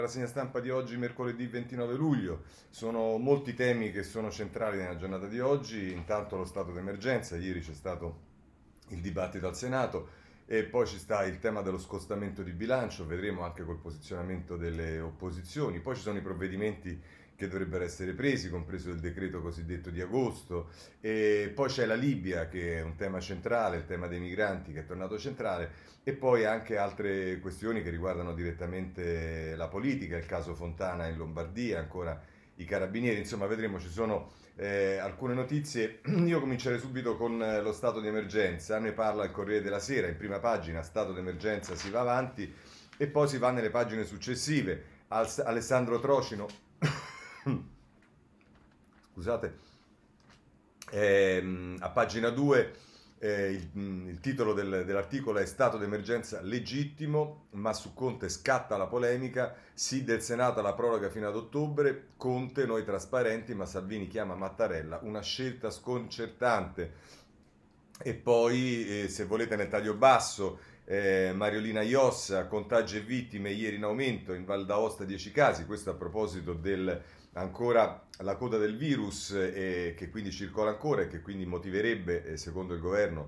La rassegna stampa di oggi, mercoledì 29 luglio, sono molti temi che sono centrali nella giornata di oggi. Intanto lo stato d'emergenza, ieri c'è stato il dibattito al Senato e poi ci sta il tema dello scostamento di bilancio, vedremo anche col posizionamento delle opposizioni. Poi ci sono i provvedimenti che dovrebbero essere presi, compreso il decreto cosiddetto di agosto, e poi c'è la Libia che è un tema centrale, il tema dei migranti che è tornato centrale, e poi anche altre questioni che riguardano direttamente la politica, il caso Fontana in Lombardia, ancora i carabinieri, insomma vedremo, ci sono alcune notizie. Io comincerei subito con lo stato di emergenza, ne parla il Corriere della Sera, in prima pagina, stato d'emergenza, si va avanti e poi si va nelle pagine successive. Alessandro Trocino, scusate, a pagina 2 il titolo dell'articolo è Stato d'emergenza legittimo, ma su Conte scatta la polemica, sì del Senato alla proroga fino ad ottobre, Conte noi trasparenti, ma Salvini chiama Mattarella, una scelta sconcertante. E poi, se volete, nel taglio basso, Mariolina Iossa, contagi e vittime ieri in aumento, in Val d'Aosta 10 casi, questo a proposito del ancora la coda del virus che quindi circola ancora e che quindi motiverebbe, secondo il governo,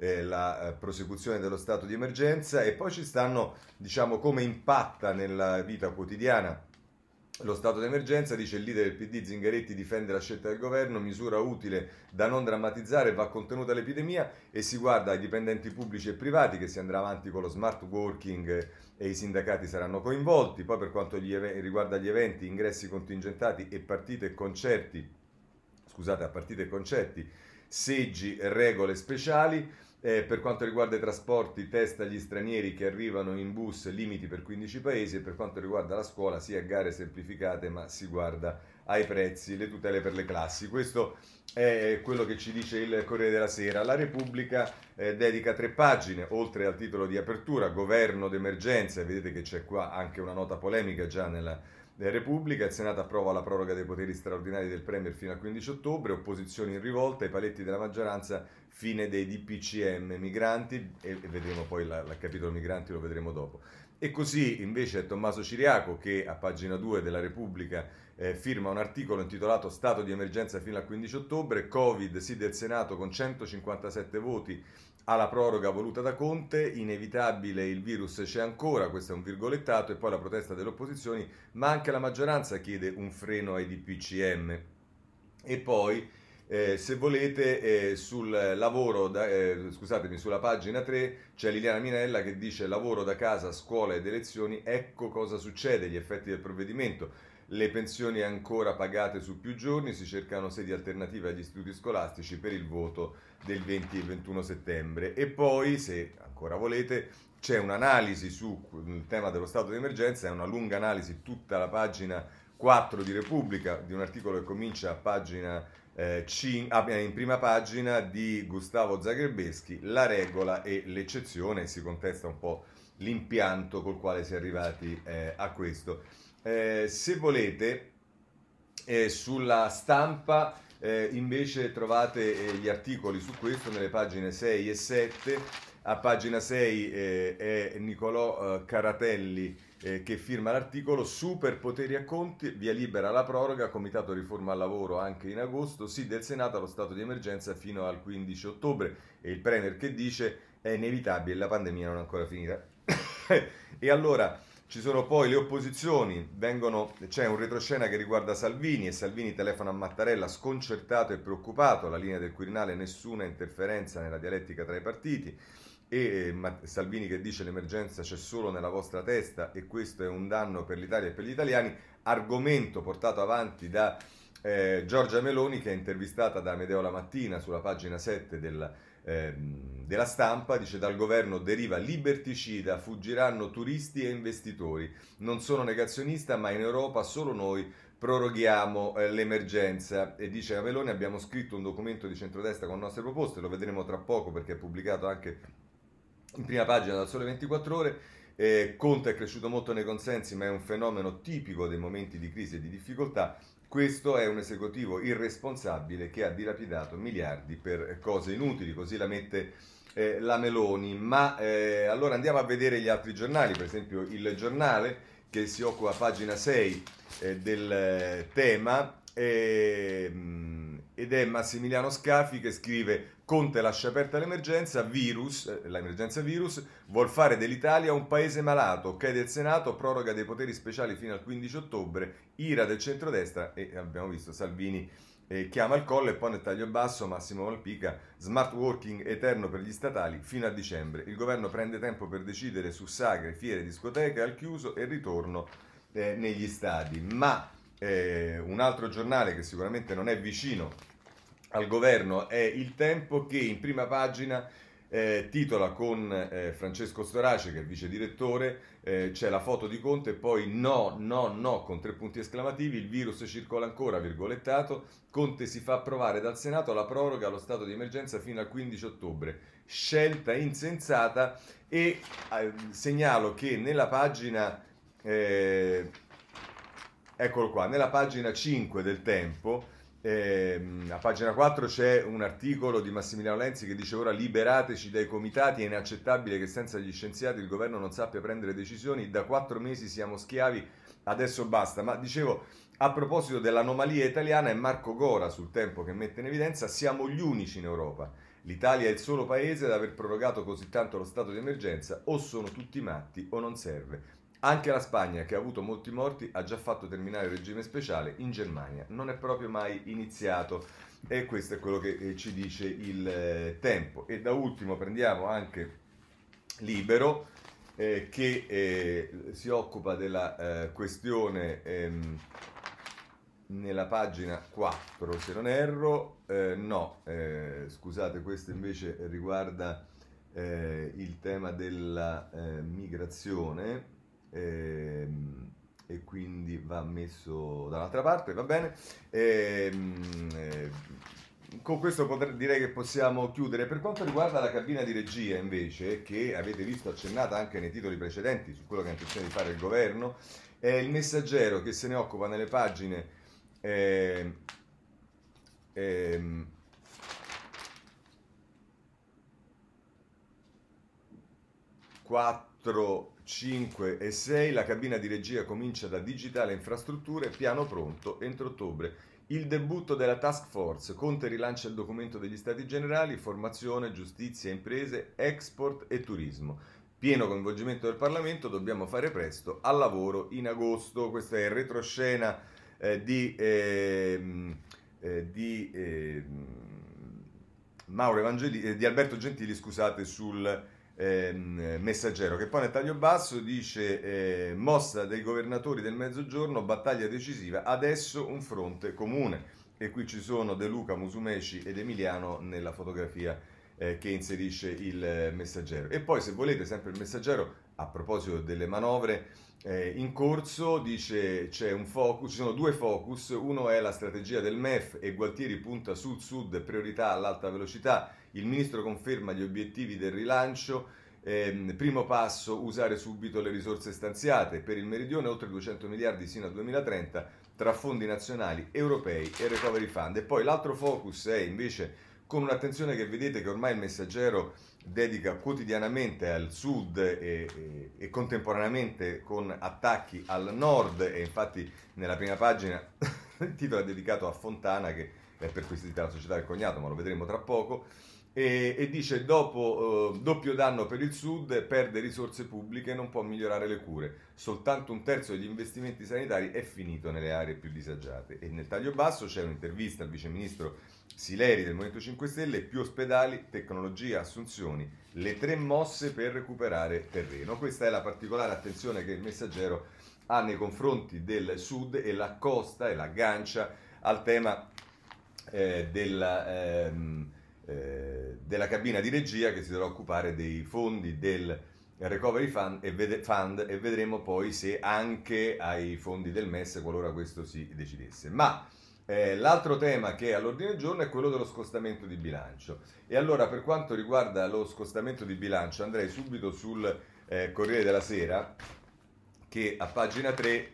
la prosecuzione dello stato di emergenza. E poi ci stanno, diciamo, come impatta nella vita quotidiana lo stato d'emergenza. Dice il leader del PD Zingaretti difende la scelta del governo, misura utile da non drammatizzare, va contenuta l'epidemia, e si guarda ai dipendenti pubblici e privati che si andrà avanti con lo smart working e i sindacati saranno coinvolti. Poi per quanto riguarda gli eventi, ingressi contingentati e partite e concerti, scusate, a partite e concerti, seggi e regole speciali. Per quanto riguarda i trasporti, test agli stranieri che arrivano in bus, limiti per 15 paesi, e per quanto riguarda la scuola, sì a gare semplificate, ma si guarda ai prezzi, le tutele per le classi. Questo è quello che ci dice il Corriere della Sera. La Repubblica dedica 3 pagine, oltre al titolo di apertura, governo d'emergenza, e vedete che c'è qua anche una nota polemica già nella Repubblica. Il Senato approva la proroga dei poteri straordinari del Premier fino al 15 ottobre, opposizioni in rivolta, i paletti della maggioranza, fine dei DPCM, migranti, e vedremo poi il capitolo migranti, lo vedremo dopo. E così invece è Tommaso Ciriaco che a pagina 2 della Repubblica firma un articolo intitolato Stato di emergenza fino al 15 ottobre, Covid sì del Senato con 157 voti alla proroga voluta da Conte, inevitabile il virus c'è ancora, questo è un virgolettato, e poi la protesta delle opposizioni, ma anche la maggioranza chiede un freno ai DPCM. E poi, se volete, sul lavoro, scusatemi, sulla pagina 3 c'è Liliana Minella che dice lavoro da casa, scuola ed elezioni, ecco cosa succede, gli effetti del provvedimento. Le pensioni ancora pagate su più giorni, si cercano sedi alternative agli istituti scolastici per il voto del 20 e 21 settembre. E poi, se ancora volete, c'è un'analisi sul tema dello stato di emergenza, è una lunga analisi, tutta la pagina 4 di Repubblica, di un articolo che comincia a pagina in prima pagina, di Gustavo Zagrebeschi, la regola e l'eccezione, si contesta un po' l'impianto col quale si è arrivati a questo. Se volete, sulla stampa invece trovate gli articoli su questo nelle pagine 6 e 7. A pagina 6 è Nicolò Caratelli che firma l'articolo, superpoteri a Conti, via libera la proroga, comitato riforma al lavoro anche in agosto, sì del Senato allo stato di emergenza fino al 15 ottobre, e il Premier che dice è inevitabile, la pandemia non è ancora finita. E allora ci sono poi le opposizioni, c'è un retroscena che riguarda Salvini, e Salvini telefona a Mattarella sconcertato e preoccupato, la linea del Quirinale, nessuna interferenza nella dialettica tra i partiti, e Salvini che dice l'emergenza c'è solo nella vostra testa e questo è un danno per l'Italia e per gli italiani, argomento portato avanti da Giorgia Meloni, che è intervistata da Amedeo La Mattina sulla pagina 7 della Stampa. Dice dal governo deriva liberticida, fuggiranno turisti e investitori, non sono negazionista ma in Europa solo noi proroghiamo l'emergenza. E dice la Meloni abbiamo scritto un documento di centrodestra con nostre proposte, lo vedremo tra poco perché è pubblicato anche in prima pagina dal Sole 24 Ore. Conte è cresciuto molto nei consensi, ma è un fenomeno tipico dei momenti di crisi e di difficoltà. Questo è un esecutivo irresponsabile che ha dilapidato miliardi per cose inutili, così la mette la Meloni. Ma allora andiamo a vedere gli altri giornali, per esempio il Giornale che si occupa a pagina 6 del tema, ed è Massimiliano Scafi che scrive: Conte lascia aperta l'emergenza virus, vuol fare dell'Italia un paese malato, ok del Senato, proroga dei poteri speciali fino al 15 ottobre, ira del centrodestra, e abbiamo visto Salvini chiama il collo. E poi nel taglio basso Massimo Malpica: smart working eterno per gli statali fino a dicembre, il governo prende tempo per decidere su sagre, fiere, discoteche al chiuso e ritorno negli stadi. Ma un altro giornale che sicuramente non è vicino al governo è Il Tempo, che in prima pagina titola con Francesco Storace, che è il vice direttore, c'è la foto di Conte e poi no, no, no con 3 punti esclamativi, il virus circola ancora, virgolettato, Conte si fa approvare dal Senato la proroga allo stato di emergenza fino al 15 ottobre, scelta insensata. E segnalo che nella pagina eccolo qua, nella pagina 5 del Tempo, a pagina 4 c'è un articolo di Massimiliano Lenzi che dice: ora liberateci dai comitati, è inaccettabile che senza gli scienziati il governo non sappia prendere decisioni, da 4 mesi siamo schiavi, adesso basta. Ma dicevo, a proposito dell'anomalia italiana, è Marco Gora sul Tempo che mette in evidenza: siamo gli unici in Europa, l'Italia è il solo paese ad aver prorogato così tanto lo stato di emergenza, o sono tutti matti o non serve. Anche la Spagna, che ha avuto molti morti, ha già fatto terminare il regime speciale, in Germania non è proprio mai iniziato. E questo è quello che ci dice il Tempo. E da ultimo prendiamo anche Libero, che si occupa della questione nella pagina 4, se non erro. Scusate, questo invece riguarda il tema della migrazione, e quindi va messo dall'altra parte, va bene. Con questo direi che possiamo chiudere. Per quanto riguarda la cabina di regia, invece, che avete visto accennata anche nei titoli precedenti su quello che ha intenzione di fare il governo, è il Messaggero che se ne occupa nelle pagine 4, 5 e 6. La cabina di regia comincia da digitale infrastrutture, piano pronto entro ottobre. Il debutto della task force, Conte rilancia il documento degli stati generali, formazione, giustizia, imprese, export e turismo. Pieno coinvolgimento del Parlamento, dobbiamo fare presto, al lavoro in agosto. Questa è il retroscena di Alberto Gentili, scusate, sul Messaggero, che poi nel taglio basso dice: mossa dei governatori del Mezzogiorno, battaglia decisiva, adesso un fronte comune. E qui ci sono De Luca, Musumeci ed Emiliano nella fotografia che inserisce il Messaggero. E poi, se volete, sempre il Messaggero, a proposito delle manovre in corso, dice c'è un focus, ci sono 2 focus. Uno è la strategia del MEF e Gualtieri punta sud-sud, priorità all'alta velocità. Il ministro conferma gli obiettivi del rilancio. Primo passo, usare subito le risorse stanziate per il meridione, oltre 200 miliardi sino al 2030 tra fondi nazionali, europei e recovery fund. E poi l'altro focus è invece, con un'attenzione che vedete che ormai il Messaggero dedica quotidianamente al sud e contemporaneamente con attacchi al nord. E infatti nella prima pagina il titolo è dedicato a Fontana, che è perquisita la società del cognato, ma lo vedremo tra poco. E dice: dopo doppio danno per il sud, perde risorse pubbliche, non può migliorare le cure, soltanto un terzo degli investimenti sanitari è finito nelle aree più disagiate. E nel taglio basso c'è un'intervista al viceministro Sileri del Movimento 5 Stelle: più ospedali, tecnologia, assunzioni, le 3 mosse per recuperare terreno. Questa è la particolare attenzione che il Messaggero ha nei confronti del sud, e l'accosta e l'aggancia al tema della cabina di regia, che si dovrà occupare dei fondi del Recovery Fund, e vedremo poi se anche ai fondi del MES, qualora questo si decidesse. Ma l'altro tema che è all'ordine del giorno è quello dello scostamento di bilancio. E allora, per quanto riguarda lo scostamento di bilancio, andrei subito sul Corriere della Sera, che a pagina 3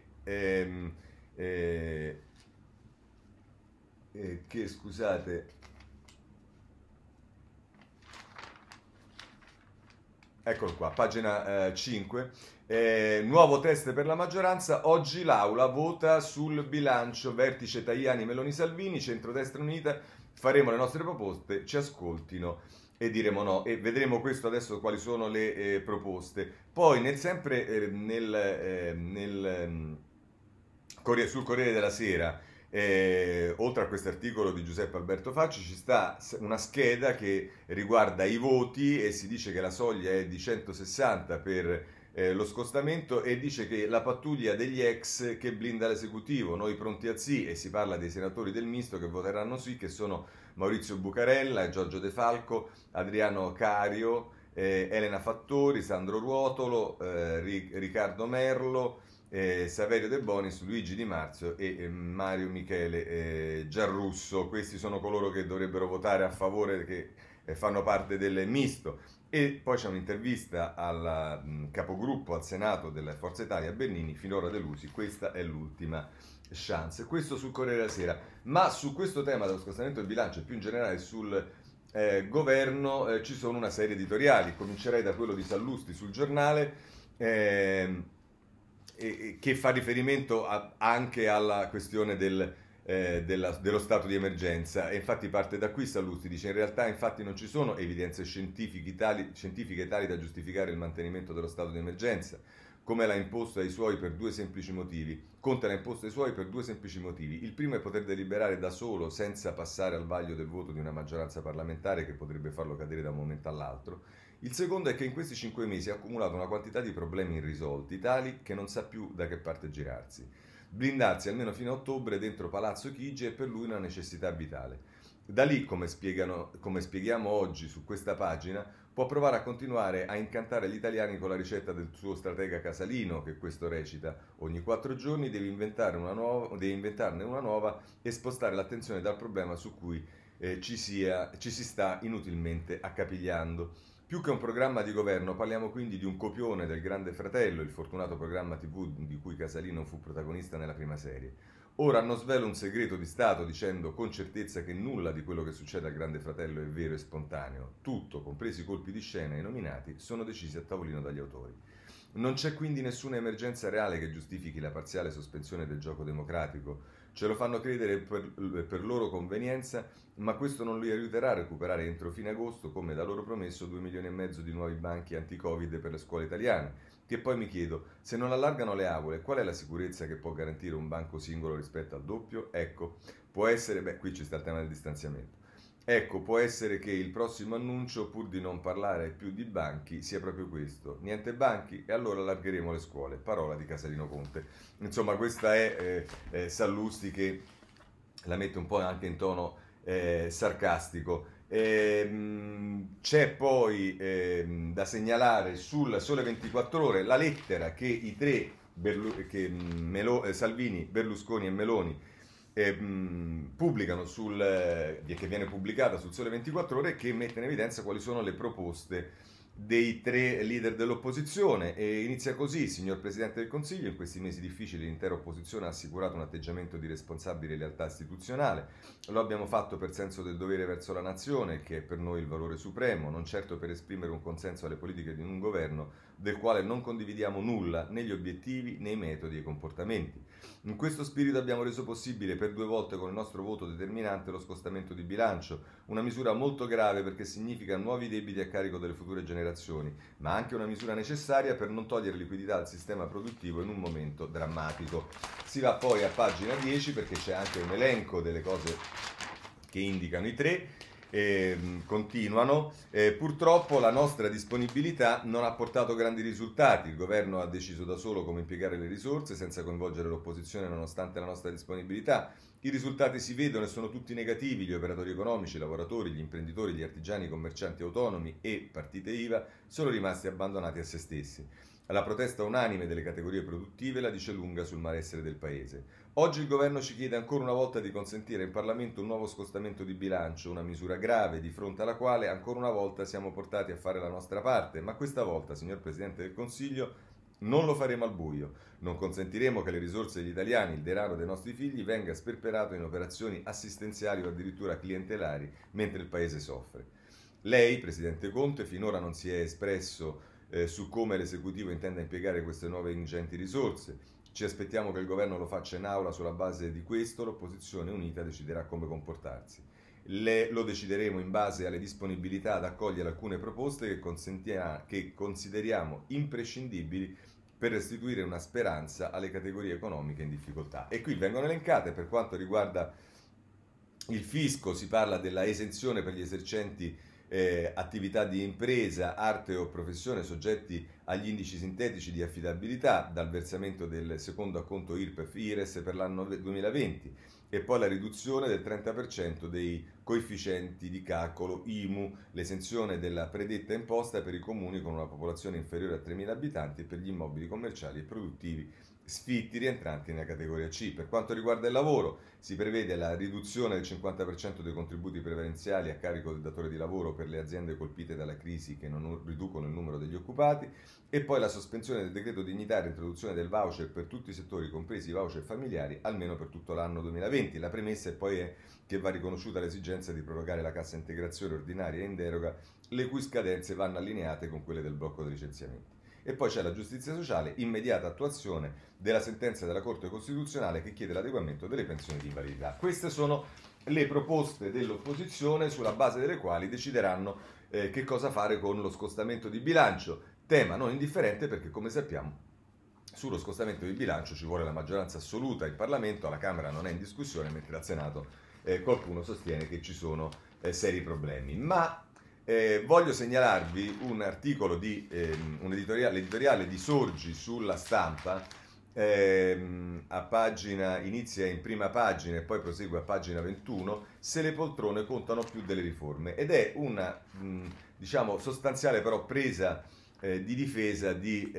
che, scusate, Eccolo qua, pagina 5. Nuovo test per la maggioranza. Oggi l'Aula vota sul bilancio. Vertice Tajani, Meloni, Salvini, centrodestra unita. Faremo le nostre proposte, ci ascoltino e diremo no. E vedremo questo adesso quali sono le proposte. Poi sempre sul Corriere della Sera, oltre a questo articolo di Giuseppe Alberto Facci, ci sta una scheda che riguarda i voti e si dice che la soglia è di 160 per lo scostamento e dice che la pattuglia degli ex che blinda l'esecutivo, noi pronti a sì, e si parla dei senatori del misto che voteranno sì, che sono Maurizio Bucarella, Giorgio De Falco, Adriano Cario, Elena Fattori, Sandro Ruotolo, Riccardo Merlo, Saverio De Bonis, Luigi Di Marzio e Mario Michele Giarrusso. Questi sono coloro che dovrebbero votare a favore, che fanno parte del misto. E poi c'è un'intervista al capogruppo al Senato della Forza Italia, Bernini, finora delusi, questa è l'ultima chance. Questo sul Corriere della Sera. Ma su questo tema dello scostamento del bilancio e più in generale sul governo ci sono una serie editoriali. Comincerei da quello di Sallusti sul Giornale, che fa riferimento anche alla questione dello stato di emergenza, e infatti parte da qui. Sallusti dice: in realtà infatti non ci sono evidenze scientifiche tali da giustificare il mantenimento dello stato di emergenza, come l'ha imposto ai suoi per due semplici motivi. Conte l'ha imposto ai suoi per due semplici motivi. Il primo è poter deliberare da solo senza passare al vaglio del voto di una maggioranza parlamentare che potrebbe farlo cadere da un momento all'altro. Il secondo è che in questi 5 mesi ha accumulato una quantità di problemi irrisolti, tali che non sa più da che parte girarsi. Blindarsi almeno fino a ottobre dentro Palazzo Chigi è per lui una necessità vitale. Da lì, come spieghiamo oggi su questa pagina, può provare a continuare a incantare gli italiani con la ricetta del suo stratega Casalino, che questo recita: ogni 4 giorni devi inventarne una nuova e spostare l'attenzione dal problema su cui ci si sta inutilmente accapigliando. Più che un programma di governo, parliamo quindi di un copione del Grande Fratello, il fortunato programma TV di cui Casalino fu protagonista nella prima serie. Ora non svelo un segreto di Stato dicendo con certezza che nulla di quello che succede al Grande Fratello è vero e spontaneo. Tutto, compresi i colpi di scena e i nominati, sono decisi a tavolino dagli autori. Non c'è quindi nessuna emergenza reale che giustifichi la parziale sospensione del gioco democratico. Ce lo fanno credere per loro convenienza, ma questo non li aiuterà a recuperare entro fine agosto, come da loro promesso, 2 milioni e mezzo di nuovi banchi anti-Covid per le scuole italiane. Che poi mi chiedo, se non allargano le aule, qual è la sicurezza che può garantire un banco singolo rispetto al doppio? Ecco, può essere, qui ci sta il tema del distanziamento. Ecco, può essere che il prossimo annuncio, pur di non parlare più di banchi, sia proprio questo. Niente banchi? E allora allargheremo le scuole. Parola di Casalino Conte. Insomma, questa è Sallusti che la mette un po' anche in tono sarcastico. C'è poi da segnalare sul Sole 24 Ore la lettera che i tre Salvini, Berlusconi e Meloni pubblicano che viene pubblicata sul Sole 24 Ore, che mette in evidenza quali sono le proposte dei tre leader dell'opposizione. E inizia così: signor Presidente del Consiglio, in questi mesi difficili l'intera opposizione ha assicurato un atteggiamento di responsabile lealtà istituzionale. Lo abbiamo fatto per senso del dovere verso la nazione, che è per noi il valore supremo, non certo per esprimere un consenso alle politiche di un governo del quale non condividiamo nulla, né gli obiettivi, né i metodi e i comportamenti. In questo spirito abbiamo reso possibile per 2 volte con il nostro voto determinante lo scostamento di bilancio, una misura molto grave perché significa nuovi debiti a carico delle future generazioni, ma anche una misura necessaria per non togliere liquidità al sistema produttivo in un momento drammatico. Si va poi a pagina 10 perché c'è anche un elenco delle cose che indicano i tre. Continuano. Purtroppo la nostra disponibilità non ha portato grandi risultati. Il governo ha deciso da solo come impiegare le risorse senza coinvolgere l'opposizione nonostante la nostra disponibilità. I risultati si vedono e sono tutti negativi. Gli operatori economici, i lavoratori, gli imprenditori, gli artigiani, i commercianti autonomi e partite IVA sono rimasti abbandonati a se stessi. La protesta unanime delle categorie produttive la dice lunga sul malessere del paese. Oggi il governo ci chiede ancora una volta di consentire in Parlamento un nuovo scostamento di bilancio, una misura grave di fronte alla quale ancora una volta siamo portati a fare la nostra parte, ma questa volta, signor Presidente del Consiglio, non lo faremo al buio. Non consentiremo che le risorse degli italiani, il denaro dei nostri figli, venga sperperato in operazioni assistenziali o addirittura clientelari mentre il Paese soffre. Lei, Presidente Conte, finora non si è espresso su come l'esecutivo intenda impiegare queste nuove ingenti risorse. Ci aspettiamo che il governo lo faccia in aula, sulla base di questo l'opposizione unita deciderà come comportarsi. Lo decideremo in base alle disponibilità ad accogliere alcune proposte che consideriamo imprescindibili per restituire una speranza alle categorie economiche in difficoltà. E qui vengono elencate, per quanto riguarda il fisco, si parla della esenzione per gli esercenti attività di impresa, arte o professione soggetti agli indici sintetici di affidabilità dal versamento del secondo acconto IRPEF-IRES per l'anno 2020 e poi la riduzione del 30% dei coefficienti di calcolo IMU, l'esenzione della predetta imposta per i comuni con una popolazione inferiore a 3.000 abitanti e per gli immobili commerciali e produttivi sfitti rientranti nella categoria C. Per quanto riguarda il lavoro, si prevede la riduzione del 50% dei contributi previdenziali a carico del datore di lavoro per le aziende colpite dalla crisi che non riducono il numero degli occupati e poi la sospensione del decreto dignità e l'introduzione del voucher per tutti i settori, compresi i voucher familiari, almeno per tutto l'anno 2020. La premessa poi è che va riconosciuta l'esigenza di prorogare la cassa integrazione ordinaria in deroga, le cui scadenze vanno allineate con quelle del blocco dei licenziamenti. E poi c'è la giustizia sociale, immediata attuazione della sentenza della Corte Costituzionale che chiede l'adeguamento delle pensioni di invalidità. Queste sono le proposte dell'opposizione sulla base delle quali decideranno che cosa fare con lo scostamento di bilancio, tema non indifferente perché, come sappiamo, sullo scostamento di bilancio ci vuole la maggioranza assoluta in Parlamento, alla Camera non è in discussione, mentre al Senato qualcuno sostiene che ci sono seri problemi. Ma voglio segnalarvi un articolo un editoriale di Sorgi sulla Stampa, inizia in prima pagina e poi prosegue a pagina 21, se le poltrone contano più delle riforme, ed è una diciamo sostanziale però presa di difesa di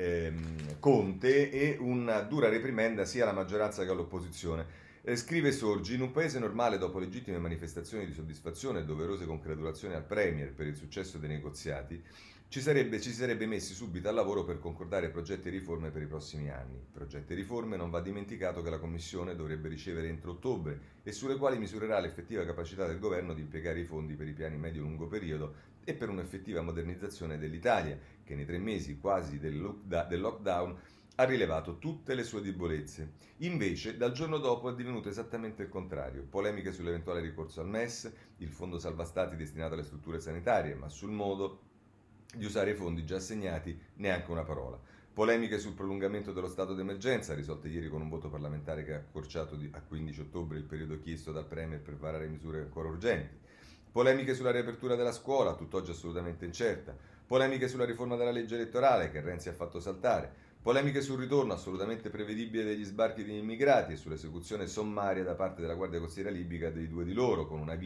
Conte e una dura reprimenda sia alla maggioranza che all'opposizione. Scrive Sorgi: in un paese normale, dopo legittime manifestazioni di soddisfazione e doverose congratulazioni al Premier per il successo dei negoziati, ci si sarebbe messi subito al lavoro per concordare progetti e riforme per i prossimi anni. Progetti e riforme non va dimenticato che la Commissione dovrebbe ricevere entro ottobre e sulle quali misurerà l'effettiva capacità del governo di impiegare i fondi per i piani medio-lungo periodo e per un'effettiva modernizzazione dell'Italia, che nei 3 mesi quasi del lockdown ha rilevato tutte le sue debolezze. Invece, dal giorno dopo è divenuto esattamente il contrario. Polemiche sull'eventuale ricorso al MES, il fondo salva stati destinato alle strutture sanitarie, ma sul modo di usare i fondi già assegnati neanche una parola. Polemiche sul prolungamento dello stato d'emergenza, risolte ieri con un voto parlamentare che ha accorciato a 15 ottobre il periodo chiesto dal Premier per varare misure ancora urgenti. Polemiche sulla riapertura della scuola, tutt'oggi assolutamente incerta. Polemiche sulla riforma della legge elettorale che Renzi ha fatto saltare. Polemiche sul ritorno assolutamente prevedibile degli sbarchi di immigrati e sull'esecuzione sommaria da parte della Guardia Costiera libica dei 2 di loro, con una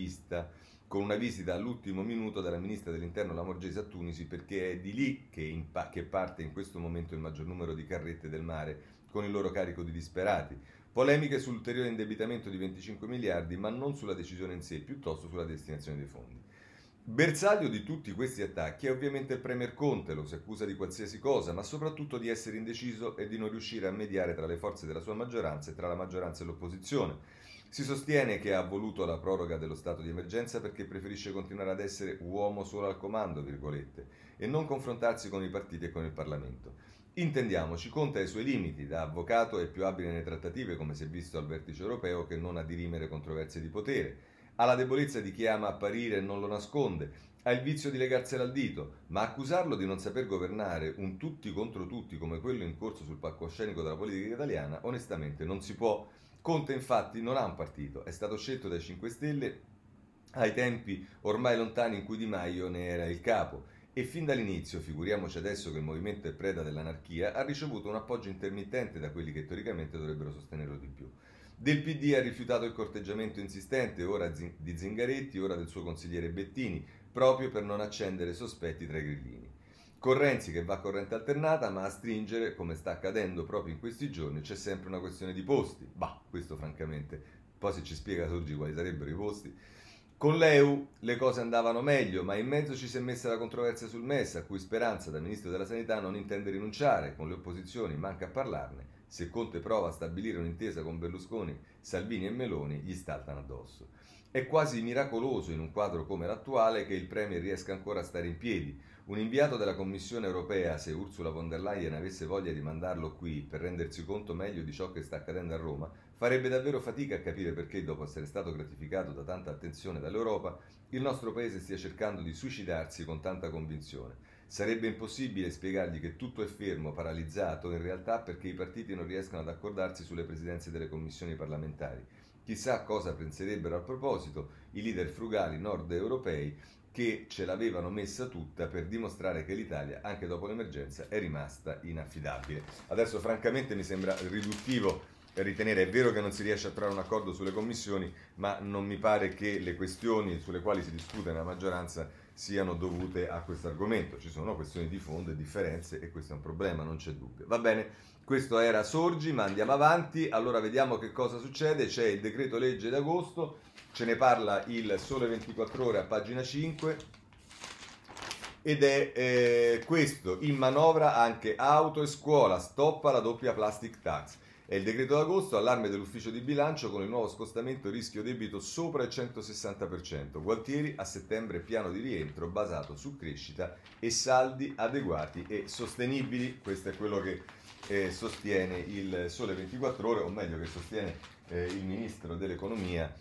visita all'ultimo minuto dalla ministra dell'Interno Lamorgese a Tunisi, perché è di lì che parte in questo momento il maggior numero di carrette del mare con il loro carico di disperati. Polemiche sull'ulteriore indebitamento di 25 miliardi, ma non sulla decisione in sé, piuttosto sulla destinazione dei fondi. Bersaglio di tutti questi attacchi è ovviamente il Premier Conte, lo si accusa di qualsiasi cosa, ma soprattutto di essere indeciso e di non riuscire a mediare tra le forze della sua maggioranza e tra la maggioranza e l'opposizione. Si sostiene che ha voluto la proroga dello stato di emergenza perché preferisce continuare ad essere uomo solo al comando, virgolette, e non confrontarsi con i partiti e con il Parlamento. Intendiamoci, Conte ha i suoi limiti, da avvocato è più abile nelle trattative, come si è visto al vertice europeo, che non a dirimere controversie di potere. Ha la debolezza di chi ama apparire e non lo nasconde, ha il vizio di legarsela al dito, ma accusarlo di non saper governare un tutti contro tutti come quello in corso sul palcoscenico della politica italiana, onestamente non si può. Conte infatti non ha un partito, è stato scelto dai 5 Stelle ai tempi ormai lontani in cui Di Maio ne era il capo e fin dall'inizio, figuriamoci adesso che il movimento è preda dell'anarchia, ha ricevuto un appoggio intermittente da quelli che teoricamente dovrebbero sostenerlo di più. Del PD ha rifiutato il corteggiamento insistente, ora di Zingaretti, ora del suo consigliere Bettini, proprio per non accendere sospetti tra i grillini. Con Renzi che va a corrente alternata, ma a stringere, come sta accadendo proprio in questi giorni, c'è sempre una questione di posti. Bah, questo francamente, poi se ci spiega Sorgi quali sarebbero i posti. Con l'EU le cose andavano meglio, ma in mezzo ci si è messa la controversia sul MES, a cui Speranza, da Ministro della Sanità, non intende rinunciare, con le opposizioni manca a parlarne. Se Conte prova a stabilire un'intesa con Berlusconi, Salvini e Meloni gli saltano addosso. È quasi miracoloso in un quadro come l'attuale che il Premier riesca ancora a stare in piedi. Un inviato della Commissione europea, se Ursula von der Leyen avesse voglia di mandarlo qui per rendersi conto meglio di ciò che sta accadendo a Roma, farebbe davvero fatica a capire perché, dopo essere stato gratificato da tanta attenzione dall'Europa, il nostro paese stia cercando di suicidarsi con tanta convinzione. Sarebbe impossibile spiegargli che tutto è fermo, paralizzato, in realtà perché i partiti non riescono ad accordarsi sulle presidenze delle commissioni parlamentari. Chissà cosa penserebbero a proposito i leader frugali nord europei che ce l'avevano messa tutta per dimostrare che l'Italia, anche dopo l'emergenza, è rimasta inaffidabile. Adesso francamente mi sembra riduttivo ritenere, è vero che non si riesce a trovare un accordo sulle commissioni, ma non mi pare che le questioni sulle quali si discute nella maggioranza siano dovute a questo argomento. Ci sono questioni di fondo e differenze e questo è un problema, non c'è dubbio. Va bene, questo era Sorgi, ma andiamo avanti. Allora vediamo che cosa succede. C'è il decreto legge d'agosto, ce ne parla il Sole 24 Ore a pagina 5 ed è questo: in manovra anche auto e scuola, stoppa la doppia plastic tax. È il decreto d'agosto, allarme dell'ufficio di bilancio con il nuovo scostamento rischio debito sopra il 160%. Gualtieri, a settembre piano di rientro basato su crescita e saldi adeguati e sostenibili. Questo è quello che sostiene il Sole 24 Ore, o meglio che sostiene il ministro dell'economia,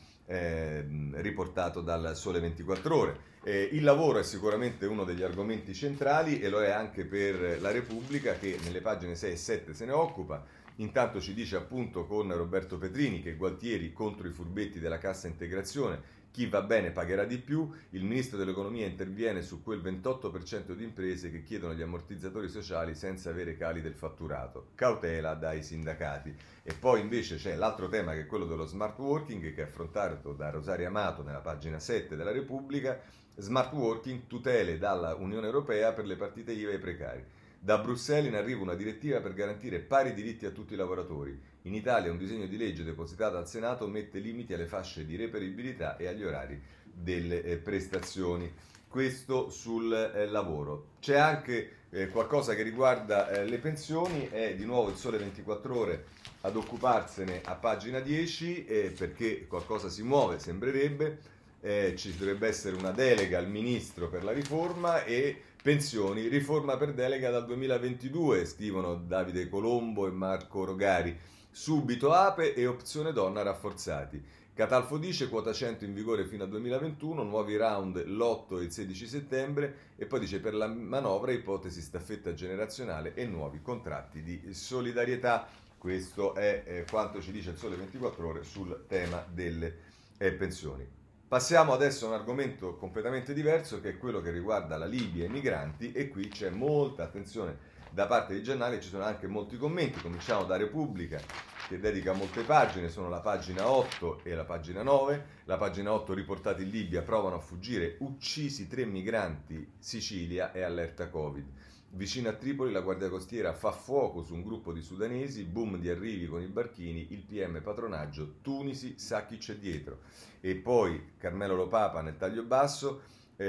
riportato dal Sole 24 Ore. Il lavoro è sicuramente uno degli argomenti centrali e lo è anche per la Repubblica, che nelle pagine 6 e 7 se ne occupa. Intanto ci dice appunto con Roberto Petrini che Gualtieri contro i furbetti della cassa integrazione, chi va bene pagherà di più, il ministro dell'economia interviene su quel 28% di imprese che chiedono gli ammortizzatori sociali senza avere cali del fatturato, cautela dai sindacati. E poi invece c'è l'altro tema, che è quello dello smart working, che è affrontato da Rosaria Amato nella pagina 7 della Repubblica. Smart working, tutele dalla Unione Europea per le partite IVA e i precari. Da Bruxelles in arrivo una direttiva per garantire pari diritti a tutti i lavoratori. In Italia un disegno di legge depositato al Senato mette limiti alle fasce di reperibilità e agli orari delle prestazioni. Questo sul lavoro. C'è anche qualcosa che riguarda le pensioni, è di nuovo il Sole 24 Ore ad occuparsene a pagina 10, perché qualcosa si muove, sembrerebbe. Ci dovrebbe essere una delega al ministro per la riforma e pensioni, riforma per delega dal 2022, scrivono Davide Colombo e Marco Rogari. Subito APE e opzione donna rafforzati. Catalfo dice quota 100 in vigore fino al 2021, nuovi round l'8 e il 16 settembre e poi dice per la manovra ipotesi staffetta generazionale e nuovi contratti di solidarietà. Questo è quanto ci dice il Sole 24 Ore sul tema delle pensioni. Passiamo adesso a un argomento completamente diverso, che è quello che riguarda la Libia e i migranti, e qui c'è molta attenzione da parte dei giornali, ci sono anche molti commenti. Cominciamo da Repubblica, che dedica molte pagine, sono la pagina 8 e la pagina 9. La pagina 8: riportati in Libia, provano a fuggire, uccisi 3 migranti, Sicilia e allerta Covid. Vicino a Tripoli la Guardia Costiera fa fuoco su un gruppo di sudanesi, boom di arrivi con i barchini, il PM patronaggio, Tunisi sa chi c'è dietro. E poi Carmelo Lopapa nel taglio basso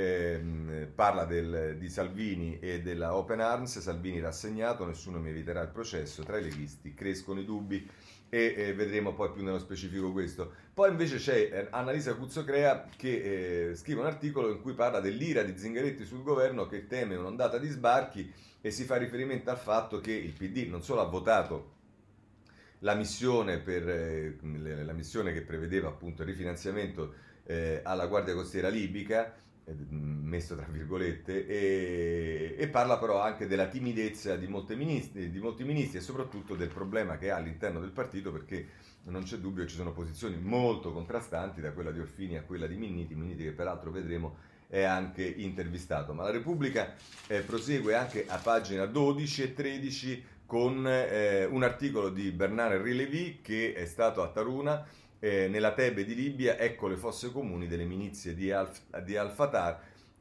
parla di Salvini e della Open Arms. Salvini rassegnato, nessuno mi eviterà il processo, tra i leghisti crescono i dubbi e vedremo poi più nello specifico questo. Poi invece c'è Annalisa Cuzzocrea che scrive un articolo in cui parla dell'ira di Zingaretti sul governo, che teme un'ondata di sbarchi e si fa riferimento al fatto che il PD non solo ha votato la missione la missione che prevedeva appunto il rifinanziamento alla Guardia Costiera libica, messo tra virgolette, e parla però anche della timidezza di molti ministri e soprattutto del problema che ha all'interno del partito, perché non c'è dubbio che ci sono posizioni molto contrastanti, da quella di Orfini a quella di Minniti che peraltro vedremo è anche intervistato. Ma la Repubblica prosegue anche a pagina 12 e 13 con un articolo di Bernard Henri che è stato a Taruna, nella Tebe di Libia, ecco le fosse comuni delle milizie di Al-Fatah,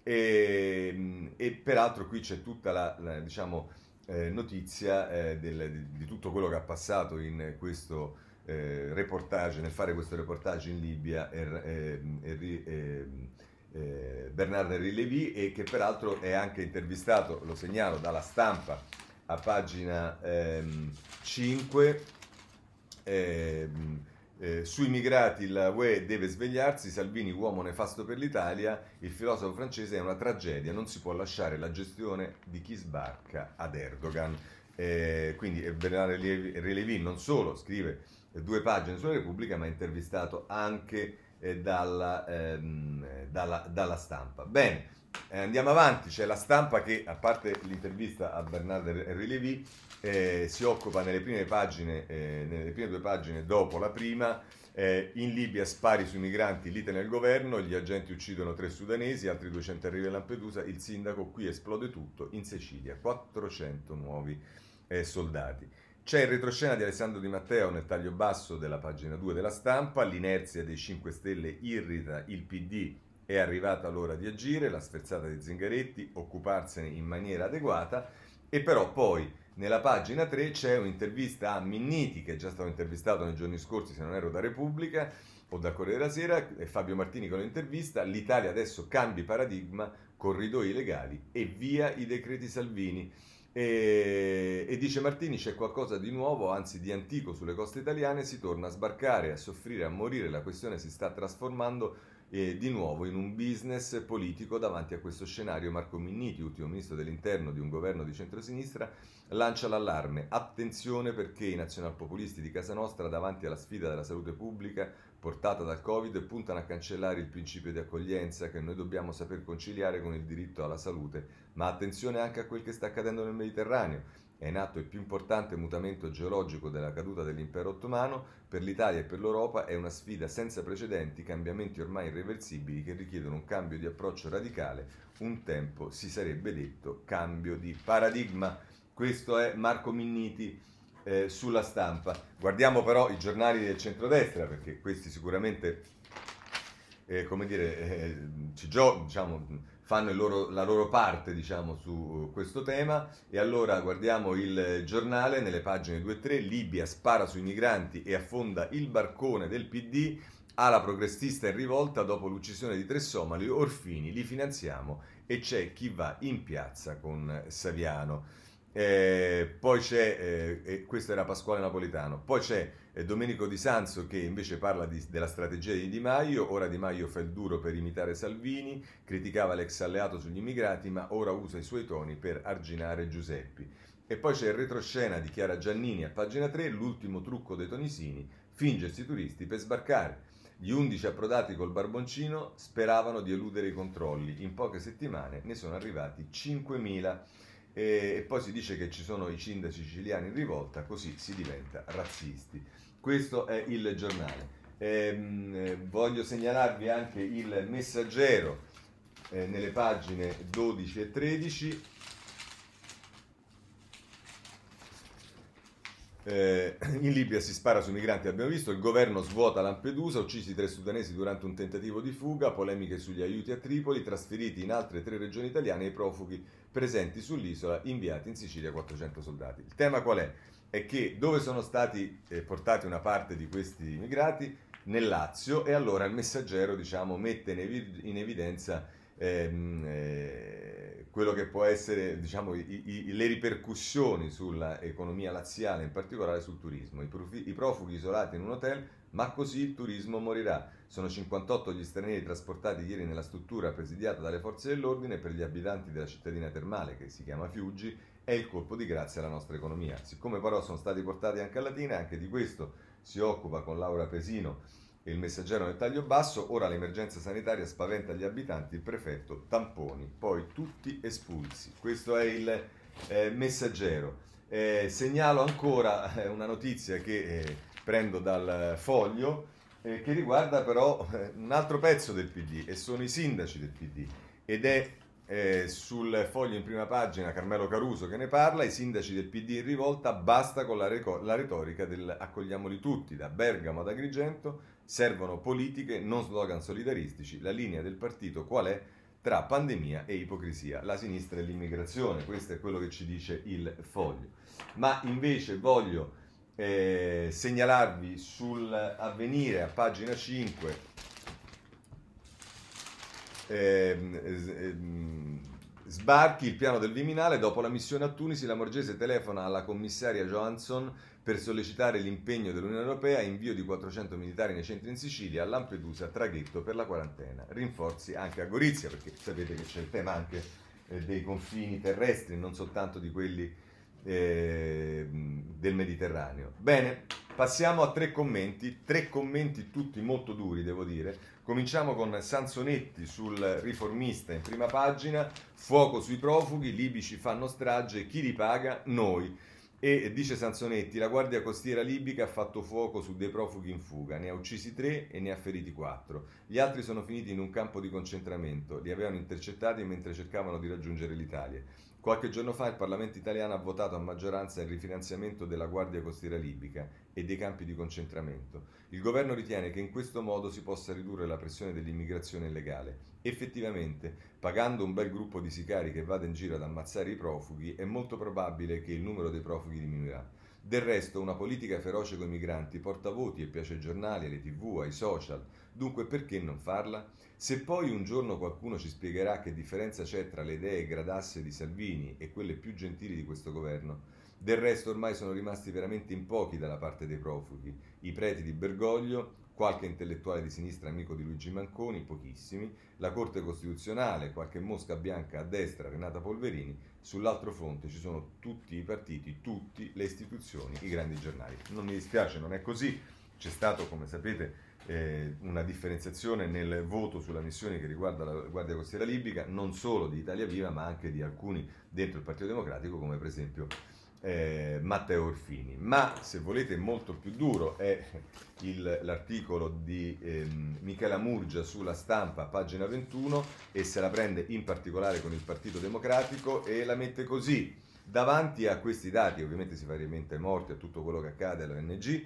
e peraltro qui c'è tutta la notizia di tutto quello che ha passato in questo reportage, nel fare questo reportage in Libia, Bernard Henri Lévy, e che peraltro è anche intervistato, lo segnalo, dalla Stampa a pagina 5, Sui migrati la UE deve svegliarsi, Salvini uomo nefasto per l'Italia, il filosofo francese è una tragedia, non si può lasciare la gestione di chi sbarca ad Erdogan. Quindi Bernard Relevi non solo scrive 2 pagine sulla Repubblica, ma è intervistato anche dalla Stampa. Bene, andiamo avanti, c'è la Stampa che, a parte l'intervista a Bernard Relevi, si occupa nelle prime 2 pagine dopo la prima. In Libia spari sui migranti, lite nel governo, gli agenti uccidono 3 sudanesi, altri 200 arrivi a Lampedusa, il sindaco, qui esplode tutto, in Sicilia 400 nuovi soldati. C'è il retroscena di Alessandro Di Matteo nel taglio basso della pagina 2 della Stampa, l'inerzia dei 5 Stelle irrita il PD, è arrivata l'ora di agire, la sferzata di Zingaretti, occuparsene in maniera adeguata, e però poi nella pagina 3 c'è un'intervista a Minniti, che è già stato intervistato nei giorni scorsi, se non ero da Repubblica o da Corriere della Sera, e Fabio Martini con l'intervista, l'Italia adesso cambi paradigma, corridoi legali e via i decreti Salvini. E dice Martini, c'è qualcosa di nuovo, anzi di antico sulle coste italiane, si torna a sbarcare, a soffrire, a morire, la questione si sta trasformando di nuovo in un business politico. Davanti a questo scenario Marco Minniti, ultimo ministro dell'interno di un governo di centrosinistra, lancia l'allarme: attenzione, perché i nazionalpopulisti di casa nostra, davanti alla sfida della salute pubblica portata dal Covid, puntano a cancellare il principio di accoglienza che noi dobbiamo saper conciliare con il diritto alla salute. Ma attenzione anche a quel che sta accadendo nel Mediterraneo. È in atto il più importante mutamento geologico della caduta dell'impero ottomano. Per l'Italia e per l'Europa è una sfida senza precedenti, cambiamenti ormai irreversibili che richiedono un cambio di approccio radicale. Un tempo si sarebbe detto cambio di paradigma. Questo è Marco Minniti sulla Stampa. Guardiamo però i giornali del centrodestra, perché questi sicuramente fanno la loro parte, diciamo, su questo tema. E allora guardiamo il Giornale nelle pagine 2 e 3. Libia spara sui migranti e affonda il barcone del PD, ala progressista in rivolta dopo l'uccisione di 3 somali, Orfini, li finanziamo, e c'è chi va in piazza con Saviano. Poi c'è, questo era Pasquale Napolitano, poi c'è Domenico Di Sanzo che invece parla della strategia di Di Maio. Ora Di Maio fa il duro per imitare Salvini, criticava l'ex alleato sugli immigrati, ma ora usa i suoi toni per arginare Giuseppi. E poi c'è il retroscena di Chiara Giannini a pagina 3, l'ultimo trucco dei tonisini, fingersi turisti per sbarcare. Gli 11 approdati col barboncino speravano di eludere i controlli, in poche settimane ne sono arrivati 5.000. E poi si dice che ci sono i sindaci siciliani in rivolta, così si diventa razzisti. Questo è il Giornale. Voglio segnalarvi anche il Messaggero nelle pagine 12 e 13. In Libia si spara sui migranti, abbiamo visto, il governo svuota Lampedusa, uccisi 3 sudanesi durante un tentativo di fuga, polemiche sugli aiuti a Tripoli, trasferiti in altre 3 regioni italiane i profughi presenti sull'isola, inviati in Sicilia 400 soldati. Il tema qual è? È che dove sono stati portati una parte di questi immigrati? Nel Lazio, e allora il Messaggero, diciamo, mette in evidenza quello che può essere, diciamo, le ripercussioni sulla economia laziale, in particolare sul turismo. I profughi isolati in un hotel, ma così il turismo morirà. Sono 58 gli stranieri trasportati ieri nella struttura presidiata dalle forze dell'ordine. Per gli abitanti della cittadina termale, che si chiama Fiuggi, è il colpo di grazia alla nostra economia. Siccome però sono stati portati anche a Latina, anche di questo si occupa con Laura Pesino il Messaggero nel taglio basso. Ora l'emergenza sanitaria spaventa gli abitanti, il prefetto tamponi, poi tutti espulsi. Questo è il Messaggero. Segnalo ancora una notizia che prendo dal Foglio, che riguarda però un altro pezzo del PD, e sono i sindaci del PD, ed è sul Foglio in prima pagina Carmelo Caruso che ne parla. I sindaci del PD in rivolta, basta con la retorica del accogliamoli tutti. Da Bergamo ad Agrigento servono politiche, non slogan solidaristici. La linea del partito qual è? Tra pandemia e ipocrisia. La sinistra e l'immigrazione, questo è quello che ci dice il Foglio. Ma invece voglio segnalarvi sull'Avvenire a pagina 5 sbarchi, il piano del Viminale. Dopo la missione a Tunisi, la Morgese telefona alla commissaria Johansson per sollecitare l'impegno dell'Unione Europea, invio di 400 militari nei centri in Sicilia, a Lampedusa, traghetto per la quarantena, rinforzi anche a Gorizia, perché sapete che c'è il tema anche dei confini terrestri, non soltanto di quelli del Mediterraneo. Bene, passiamo a tre commenti tutti molto duri, devo dire. Cominciamo con Sansonetti sul Riformista in prima pagina: fuoco sui profughi, i libici fanno strage, chi li paga? Noi. E dice Sansonetti: la guardia costiera libica ha fatto fuoco su dei profughi in fuga, ne ha uccisi 3 e ne ha feriti 4. Gli altri sono finiti in un campo di concentramento, li avevano intercettati mentre cercavano di raggiungere l'Italia. Qualche giorno fa il Parlamento italiano ha votato a maggioranza il rifinanziamento della Guardia Costiera libica e dei campi di concentramento. Il governo ritiene che in questo modo si possa ridurre la pressione dell'immigrazione illegale. Effettivamente, pagando un bel gruppo di sicari che vada in giro ad ammazzare i profughi, è molto probabile che il numero dei profughi diminuirà. Del resto, una politica feroce con i migranti porta voti e piace ai giornali, alle TV, ai social. Dunque, perché non farla? Se poi un giorno qualcuno ci spiegherà che differenza c'è tra le idee gradasse di Salvini e quelle più gentili di questo governo. Del resto ormai sono rimasti veramente in pochi dalla parte dei profughi, i preti di Bergoglio, qualche intellettuale di sinistra amico di Luigi Manconi, pochissimi, la Corte Costituzionale, qualche mosca bianca a destra, Renata Polverini, sull'altro fronte ci sono tutti i partiti, tutte le istituzioni, i grandi giornali. Non mi dispiace, non è così, c'è stato, come sapete, una differenziazione nel voto sulla missione che riguarda la Guardia Costiera libica, non solo di Italia Viva, ma anche di alcuni dentro il Partito Democratico, come per esempio Matteo Orfini. Ma se volete molto più duro è l'articolo di Michela Murgia sulla Stampa, pagina 21, e se la prende in particolare con il Partito Democratico e la mette così: davanti a questi dati, ovviamente si fa riferimento ai morti, a tutto quello che accade all'ONG,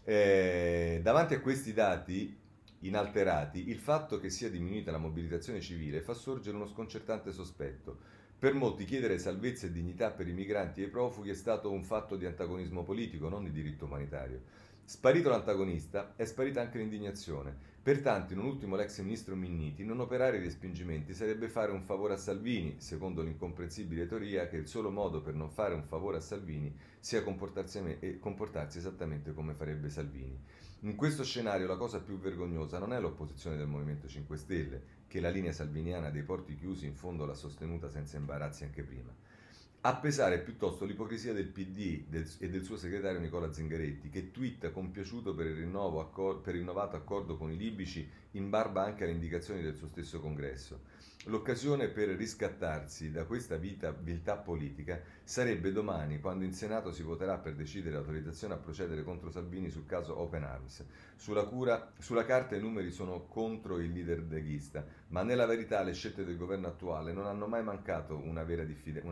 davanti a questi dati inalterati, il fatto che sia diminuita la mobilitazione civile fa sorgere uno sconcertante sospetto. Per molti chiedere salvezza e dignità per i migranti e i profughi è stato un fatto di antagonismo politico, non di diritto umanitario. Sparito l'antagonista, è sparita anche l'indignazione. Pertanto, in un ultimo l'ex ministro Minniti, non operare i respingimenti sarebbe fare un favore a Salvini, secondo l'incomprensibile teoria che il solo modo per non fare un favore a Salvini sia comportarsi esattamente come farebbe Salvini. In questo scenario la cosa più vergognosa non è l'opposizione del Movimento 5 Stelle, che la linea salviniana dei porti chiusi in fondo l'ha sostenuta senza imbarazzi anche prima. A pesare piuttosto l'ipocrisia del PD e del suo segretario Nicola Zingaretti, che twitta compiaciuto per il rinnovato accordo con i libici in barba anche alle indicazioni del suo stesso congresso. L'occasione per riscattarsi da questa viltà politica sarebbe domani, quando in Senato si voterà per decidere l'autorizzazione a procedere contro Salvini sul caso Open Arms. Sulla carta i numeri sono contro il leader leghista, ma nella verità le scelte del governo attuale non hanno mai marcato una vera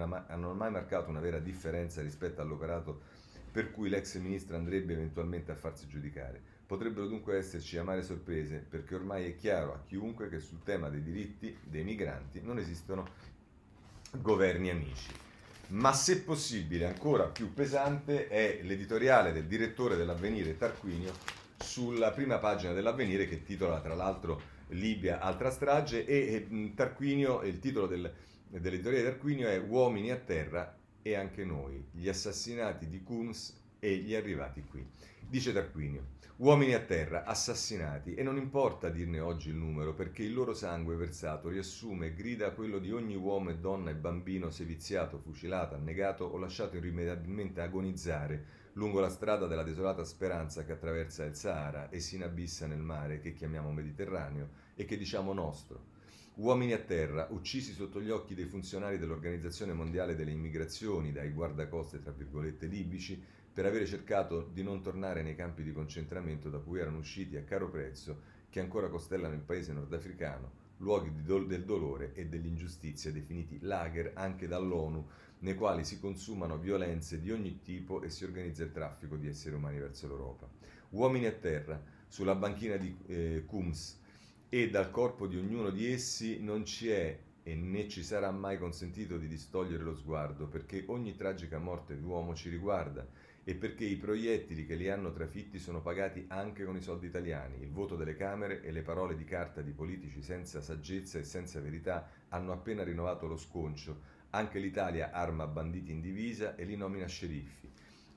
differenza rispetto all'operato per cui l'ex ministro andrebbe eventualmente a farsi giudicare. Potrebbero dunque esserci amare sorprese, perché ormai è chiaro a chiunque che sul tema dei diritti dei migranti non esistono governi amici. Ma se possibile, ancora più pesante è l'editoriale del direttore dell'Avvenire Tarquinio sulla prima pagina dell'Avvenire, che titola tra l'altro Libia, altra strage, e Tarquinio, il titolo dell'editoriale di Tarquinio è Uomini a terra e anche noi, gli assassinati di Kuns e gli arrivati qui. Dice Tarquinio: uomini a terra, assassinati, e non importa dirne oggi il numero, perché il loro sangue versato riassume e grida quello di ogni uomo e donna e bambino seviziato, fucilato, annegato o lasciato irrimediabilmente agonizzare lungo la strada della desolata speranza che attraversa il Sahara e si inabissa nel mare che chiamiamo Mediterraneo e che diciamo nostro. Uomini a terra, uccisi sotto gli occhi dei funzionari dell'Organizzazione Mondiale delle Immigrazioni, dai guardacoste tra virgolette libici, per avere cercato di non tornare nei campi di concentramento da cui erano usciti a caro prezzo, che ancora costellano il paese nordafricano, luoghi del dolore e dell'ingiustizia definiti lager anche dall'ONU, nei quali si consumano violenze di ogni tipo e si organizza il traffico di esseri umani verso l'Europa. Uomini a terra, sulla banchina di Kums, e dal corpo di ognuno di essi non ci è e né ci sarà mai consentito di distogliere lo sguardo, perché ogni tragica morte d'uomo ci riguarda e perché i proiettili che li hanno trafitti sono pagati anche con i soldi italiani. Il voto delle Camere e le parole di carta di politici senza saggezza e senza verità hanno appena rinnovato lo sconcio. Anche l'Italia arma banditi in divisa e li nomina sceriffi.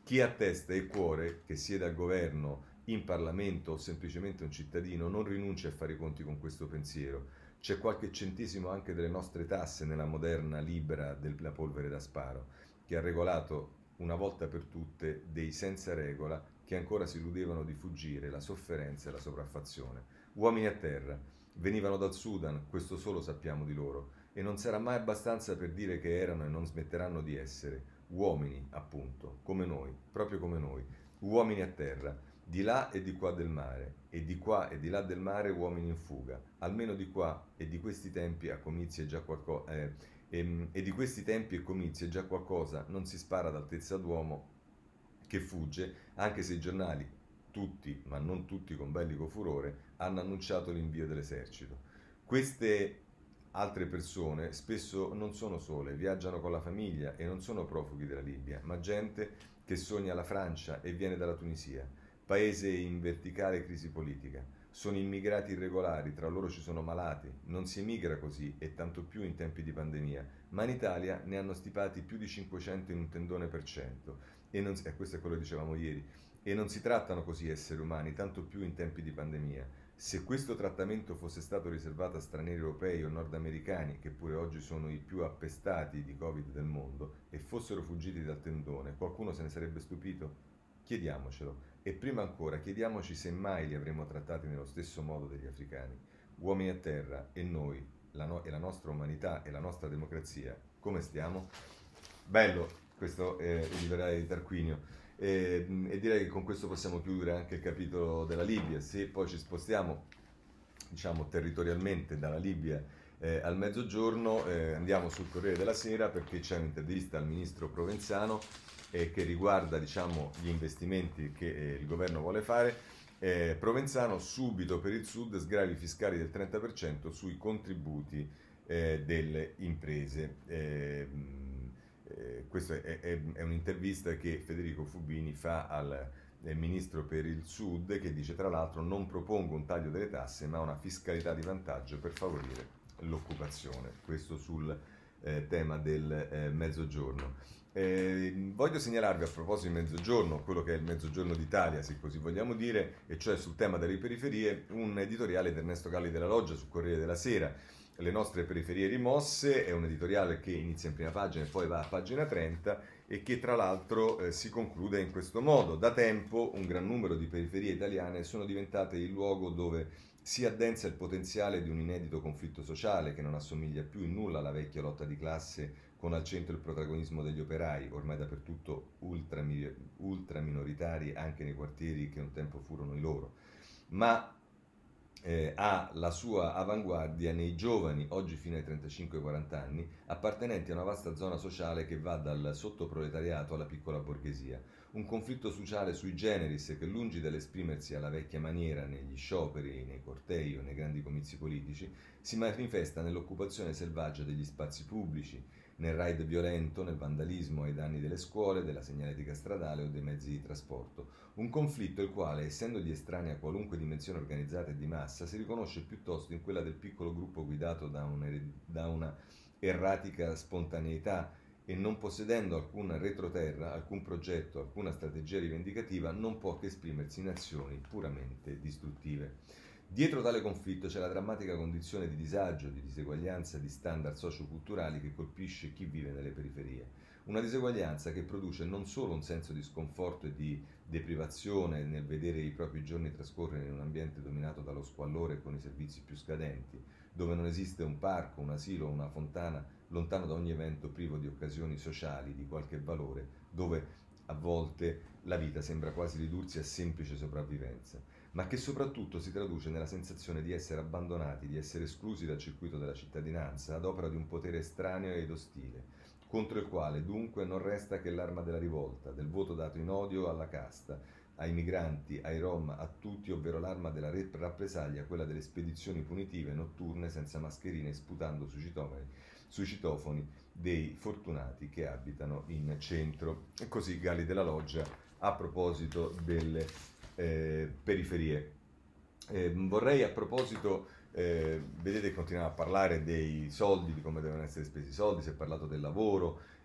Chi ha testa e cuore, che sieda al governo, in Parlamento o semplicemente un cittadino, non rinuncia a fare i conti con questo pensiero. C'è qualche centesimo anche delle nostre tasse nella moderna libera della polvere da sparo, che ha regolato una volta per tutte dei senza regola che ancora si illudevano di fuggire la sofferenza e la sopraffazione. Uomini a terra, venivano dal Sudan, questo solo sappiamo di loro, e non sarà mai abbastanza per dire che erano e non smetteranno di essere uomini, appunto, come noi, proprio come noi, uomini a terra, di là e di qua del mare, e di qua e di là del mare uomini in fuga, almeno di qua e di questi tempi a comizi è già qualcosa, e di questi tempi e comizi è già qualcosa, non si spara ad altezza d'uomo che fugge, anche se i giornali, tutti, ma non tutti con bellico furore, hanno annunciato l'invio dell'esercito. Queste altre persone spesso non sono sole, viaggiano con la famiglia e non sono profughi della Libia, ma gente che sogna la Francia e viene dalla Tunisia, paese in verticale crisi politica. Sono immigrati irregolari, tra loro ci sono malati, non si emigra così e tanto più in tempi di pandemia, ma in Italia ne hanno stipati più di 500 in un tendone per cento. Questo è quello che dicevamo ieri. E non si trattano così esseri umani, tanto più in tempi di pandemia. Se questo trattamento fosse stato riservato a stranieri europei o nordamericani, che pure oggi sono i più appestati di Covid del mondo, e fossero fuggiti dal tendone, qualcuno se ne sarebbe stupito? Chiediamocelo. E prima ancora, chiediamoci se mai li avremmo trattati nello stesso modo degli africani. Uomini a terra e noi, e la nostra umanità e la nostra democrazia, come stiamo? Bello questo editoriale di Tarquinio. E direi che con questo possiamo chiudere anche il capitolo della Libia. Se poi ci spostiamo, diciamo, territorialmente dalla Libia al mezzogiorno, andiamo sul Corriere della Sera perché c'è un'intervista al ministro Provenzano che riguarda, diciamo, gli investimenti che il governo vuole fare. Provenzano, subito per il Sud, sgravi fiscali del 30% sui contributi delle imprese. Questa è un'intervista che Federico Fubini fa al ministro per il Sud, che dice tra l'altro: non propongo un taglio delle tasse ma una fiscalità di vantaggio per favorire l'occupazione. Questo sul tema del mezzogiorno. Voglio segnalarvi, a proposito di mezzogiorno, quello che è il mezzogiorno d'Italia, se così vogliamo dire, e cioè sul tema delle periferie, un editoriale di Ernesto Galli della Loggia sul Corriere della Sera. Le nostre periferie rimosse, è un editoriale che inizia in prima pagina e poi va a pagina 30 e che tra l'altro si conclude in questo modo. Da tempo un gran numero di periferie italiane sono diventate il luogo dove si addensa il potenziale di un inedito conflitto sociale che non assomiglia più in nulla alla vecchia lotta di classe con al centro il protagonismo degli operai, ormai dappertutto ultraminoritari anche nei quartieri che un tempo furono i loro, ma ha la sua avanguardia nei giovani, oggi fino ai 35-40 anni, appartenenti a una vasta zona sociale che va dal sottoproletariato alla piccola borghesia. Un conflitto sociale sui generis che, lungi dall'esprimersi alla vecchia maniera negli scioperi, nei cortei o nei grandi comizi politici, si manifesta nell'occupazione selvaggia degli spazi pubblici, nel raid violento, nel vandalismo ai danni delle scuole, della segnaletica stradale o dei mezzi di trasporto. Un conflitto il quale, essendo di estranea a qualunque dimensione organizzata e di massa, si riconosce piuttosto in quella del piccolo gruppo guidato da una erratica spontaneità e non possedendo alcun retroterra, alcun progetto, alcuna strategia rivendicativa, non può che esprimersi in azioni puramente distruttive. Dietro tale conflitto c'è la drammatica condizione di disagio, di diseguaglianza di standard socioculturali che colpisce chi vive nelle periferie. Una diseguaglianza che produce non solo un senso di sconforto e di deprivazione nel vedere i propri giorni trascorrere in un ambiente dominato dallo squallore e con i servizi più scadenti, dove non esiste un parco, un asilo o una fontana, lontano da ogni evento privo di occasioni sociali di qualche valore, dove a volte la vita sembra quasi ridursi a semplice sopravvivenza, ma che soprattutto si traduce nella sensazione di essere abbandonati, di essere esclusi dal circuito della cittadinanza ad opera di un potere estraneo ed ostile, contro il quale dunque non resta che l'arma della rivolta, del voto dato in odio alla casta, ai migranti, ai rom, a tutti, ovvero l'arma della rappresaglia, quella delle spedizioni punitive notturne senza mascherine, sputando sui citofoni dei fortunati che abitano in centro. E così Galli della Loggia a proposito delle periferie. Vorrei a proposito, vedete che continuiamo a parlare dei soldi, di come devono essere spesi i soldi, si è parlato del lavoro,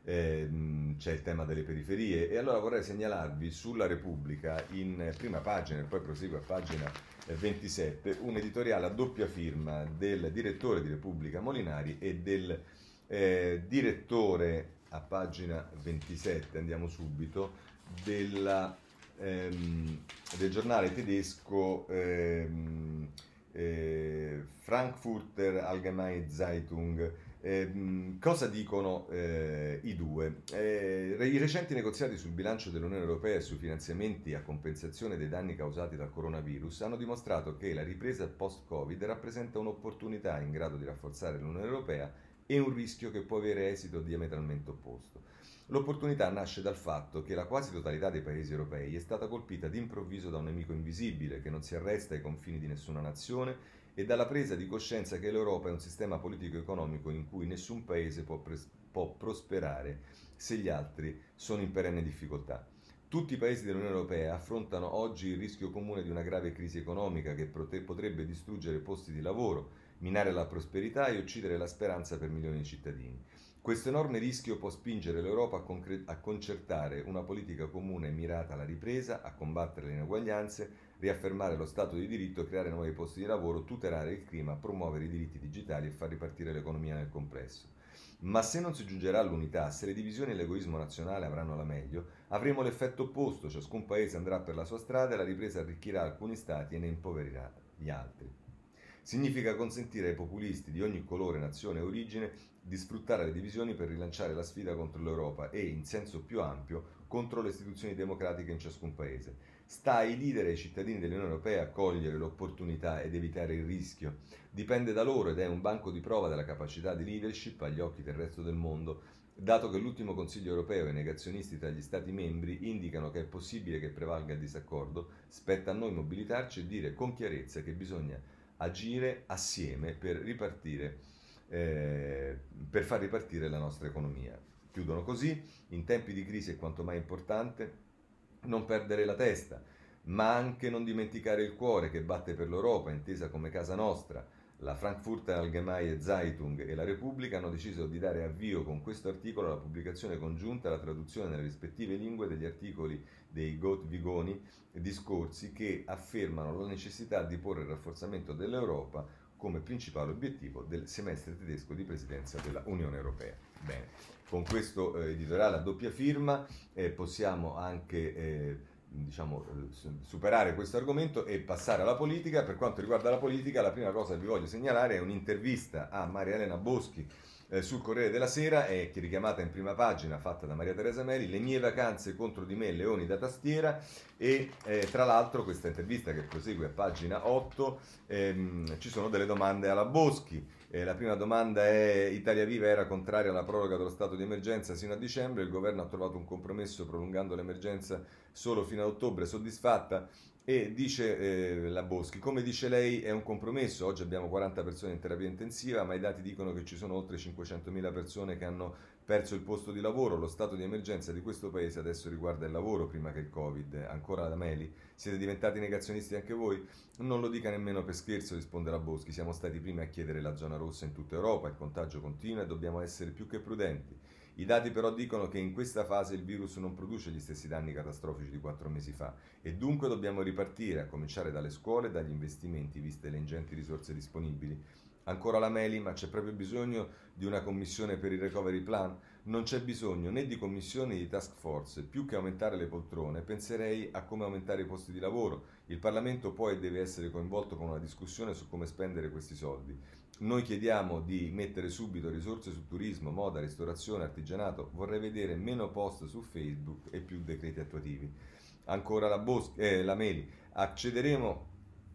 c'è il tema delle periferie. E allora vorrei segnalarvi sulla Repubblica, in prima pagina e poi prosegue a pagina 27, un editoriale a doppia firma del direttore di Repubblica Molinari e del direttore, a pagina 27, andiamo subito, del giornale tedesco Frankfurter Allgemeine Zeitung. Cosa dicono i due? I recenti negoziati sul bilancio dell'Unione Europea e sui finanziamenti a compensazione dei danni causati dal coronavirus hanno dimostrato che la ripresa post-Covid rappresenta un'opportunità in grado di rafforzare l'Unione Europea e un rischio che può avere esito diametralmente opposto. L'opportunità nasce dal fatto che la quasi totalità dei paesi europei è stata colpita d'improvviso da un nemico invisibile che non si arresta ai confini di nessuna nazione e dalla presa di coscienza che l'Europa è un sistema politico-economico in cui nessun paese può prosperare se gli altri sono in perenne difficoltà. Tutti i paesi dell'Unione Europea affrontano oggi il rischio comune di una grave crisi economica che potrebbe distruggere posti di lavoro, minare la prosperità e uccidere la speranza per milioni di cittadini. Questo enorme rischio può spingere l'Europa a concertare una politica comune mirata alla ripresa, a combattere le ineguaglianze, riaffermare lo Stato di diritto, creare nuovi posti di lavoro, tutelare il clima, promuovere i diritti digitali e far ripartire l'economia nel complesso. Ma se non si giungerà all'unità, se le divisioni e l'egoismo nazionale avranno la meglio, avremo l'effetto opposto, ciascun paese andrà per la sua strada e la ripresa arricchirà alcuni stati e ne impoverirà gli altri. Significa consentire ai populisti di ogni colore, nazione e origine di sfruttare le divisioni per rilanciare la sfida contro l'Europa e, in senso più ampio, contro le istituzioni democratiche in ciascun paese. Sta ai leader e ai cittadini dell'Unione Europea cogliere l'opportunità ed evitare il rischio. Dipende da loro ed è un banco di prova della capacità di leadership agli occhi del resto del mondo, dato che l'ultimo Consiglio europeo e i negazionisti tra gli Stati membri indicano che è possibile che prevalga il disaccordo, spetta a noi mobilitarci e dire con chiarezza che bisogna agire assieme per far ripartire la nostra economia. Chiudono così: in tempi di crisi è quanto mai importante non perdere la testa, ma anche non dimenticare il cuore che batte per l'Europa, intesa come casa nostra. La Frankfurter Allgemeine Zeitung e la Repubblica hanno deciso di dare avvio con questo articolo alla pubblicazione congiunta e alla traduzione nelle rispettive lingue degli articoli dei Goth Vigoni discorsi che affermano la necessità di porre il rafforzamento dell'Europa come principale obiettivo del semestre tedesco di presidenza della Unione Europea. Bene, con questo editoriale a doppia firma possiamo anche superare questo argomento e passare alla politica. Per quanto riguarda la politica, la prima cosa che vi voglio segnalare è un'intervista a Maria Elena Boschi sul Corriere della Sera, che è richiamata in prima pagina, fatta da Maria Teresa Meli: le mie vacanze contro di me, leoni da tastiera. E tra l'altro questa intervista, che prosegue a pagina 8, ci sono delle domande alla Boschi. La prima domanda è: Italia Viva era contraria alla proroga dello stato di emergenza sino a dicembre, il governo ha trovato un compromesso prolungando l'emergenza solo fino a ottobre, soddisfatta? E dice la Boschi: come dice lei è un compromesso, oggi abbiamo 40 persone in terapia intensiva, ma i dati dicono che ci sono oltre 500.000 persone che hanno perso il posto di lavoro, lo stato di emergenza di questo paese adesso riguarda il lavoro prima che il Covid. Ancora la Meli: siete diventati negazionisti anche voi? Non lo dica nemmeno per scherzo, risponde la Boschi, siamo stati i primi a chiedere la zona rossa in tutta Europa, il contagio continua e dobbiamo essere più che prudenti. I dati però dicono che in questa fase il virus non produce gli stessi danni catastrofici di 4 mesi fa e dunque dobbiamo ripartire, a cominciare dalle scuole e dagli investimenti, viste le ingenti risorse disponibili. Ancora la Meli: ma c'è proprio bisogno di una commissione per il recovery plan? Non c'è bisogno né di commissioni né di task force, più che aumentare le poltrone penserei a come aumentare i posti di lavoro. Il Parlamento può e deve essere coinvolto con una discussione su come spendere questi soldi. Noi chiediamo di mettere subito risorse su turismo, moda, ristorazione, artigianato. Vorrei vedere meno post su Facebook e più decreti attuativi. Ancora la Meli: accederemo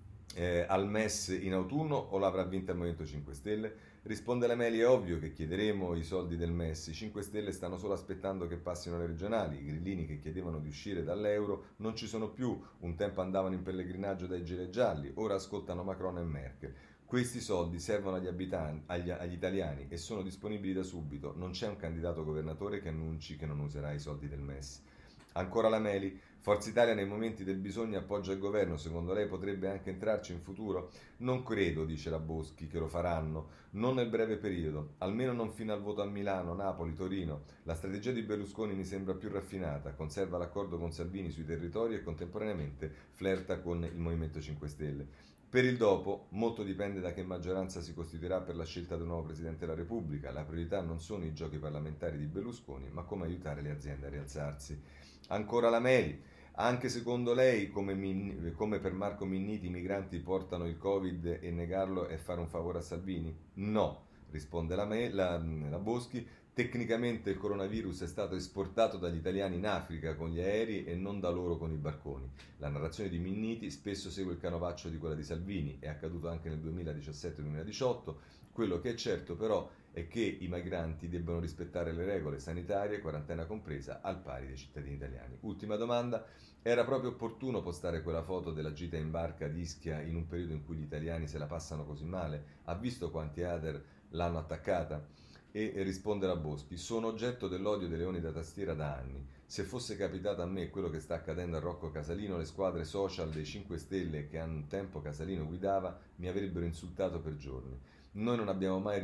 al MES in autunno o l'avrà vinta il Movimento 5 Stelle? Risponde la Meli: è ovvio che chiederemo i soldi del MES, i 5 Stelle stanno solo aspettando che passino le regionali, i grillini che chiedevano di uscire dall'euro non ci sono più, un tempo andavano in pellegrinaggio dai gilet gialli, ora ascoltano Macron e Merkel. Questi soldi servono agli italiani e sono disponibili da subito, non c'è un candidato governatore che annunci che non userà i soldi del MES. Ancora la Meli: Forza Italia nei momenti del bisogno appoggia il governo, secondo lei potrebbe anche entrarci in futuro? Non credo, dice la Boschi, che lo faranno, non nel breve periodo, almeno non fino al voto a Milano, Napoli, Torino. La strategia di Berlusconi mi sembra più raffinata, conserva l'accordo con Salvini sui territori e contemporaneamente flirta con il Movimento 5 Stelle. Per il dopo, molto dipende da che maggioranza si costituirà per la scelta del nuovo Presidente della Repubblica. La priorità non sono i giochi parlamentari di Berlusconi, ma come aiutare le aziende a rialzarsi. Ancora la Meli. Anche secondo lei, come per Marco Minniti, i migranti portano il Covid e negarlo è fare un favore a Salvini? No, risponde la Boschi. Tecnicamente il coronavirus è stato esportato dagli italiani in Africa con gli aerei e non da loro con i barconi. La narrazione di Minniti spesso segue il canovaccio di quella di Salvini, è accaduto anche nel 2017-2018. Quello che è certo però è che i migranti debbano rispettare le regole sanitarie, quarantena compresa, al pari dei cittadini italiani. Ultima domanda. Era proprio opportuno postare quella foto della gita in barca ad Ischia in un periodo in cui gli italiani se la passano così male? Ha visto quanti hater l'hanno attaccata? E risponde la Boschi, sono oggetto dell'odio dei leoni da tastiera da anni. Se fosse capitato a me quello che sta accadendo a Rocco Casalino, le squadre social dei 5 Stelle che un tempo Casalino guidava mi avrebbero insultato per giorni. Noi non abbiamo mai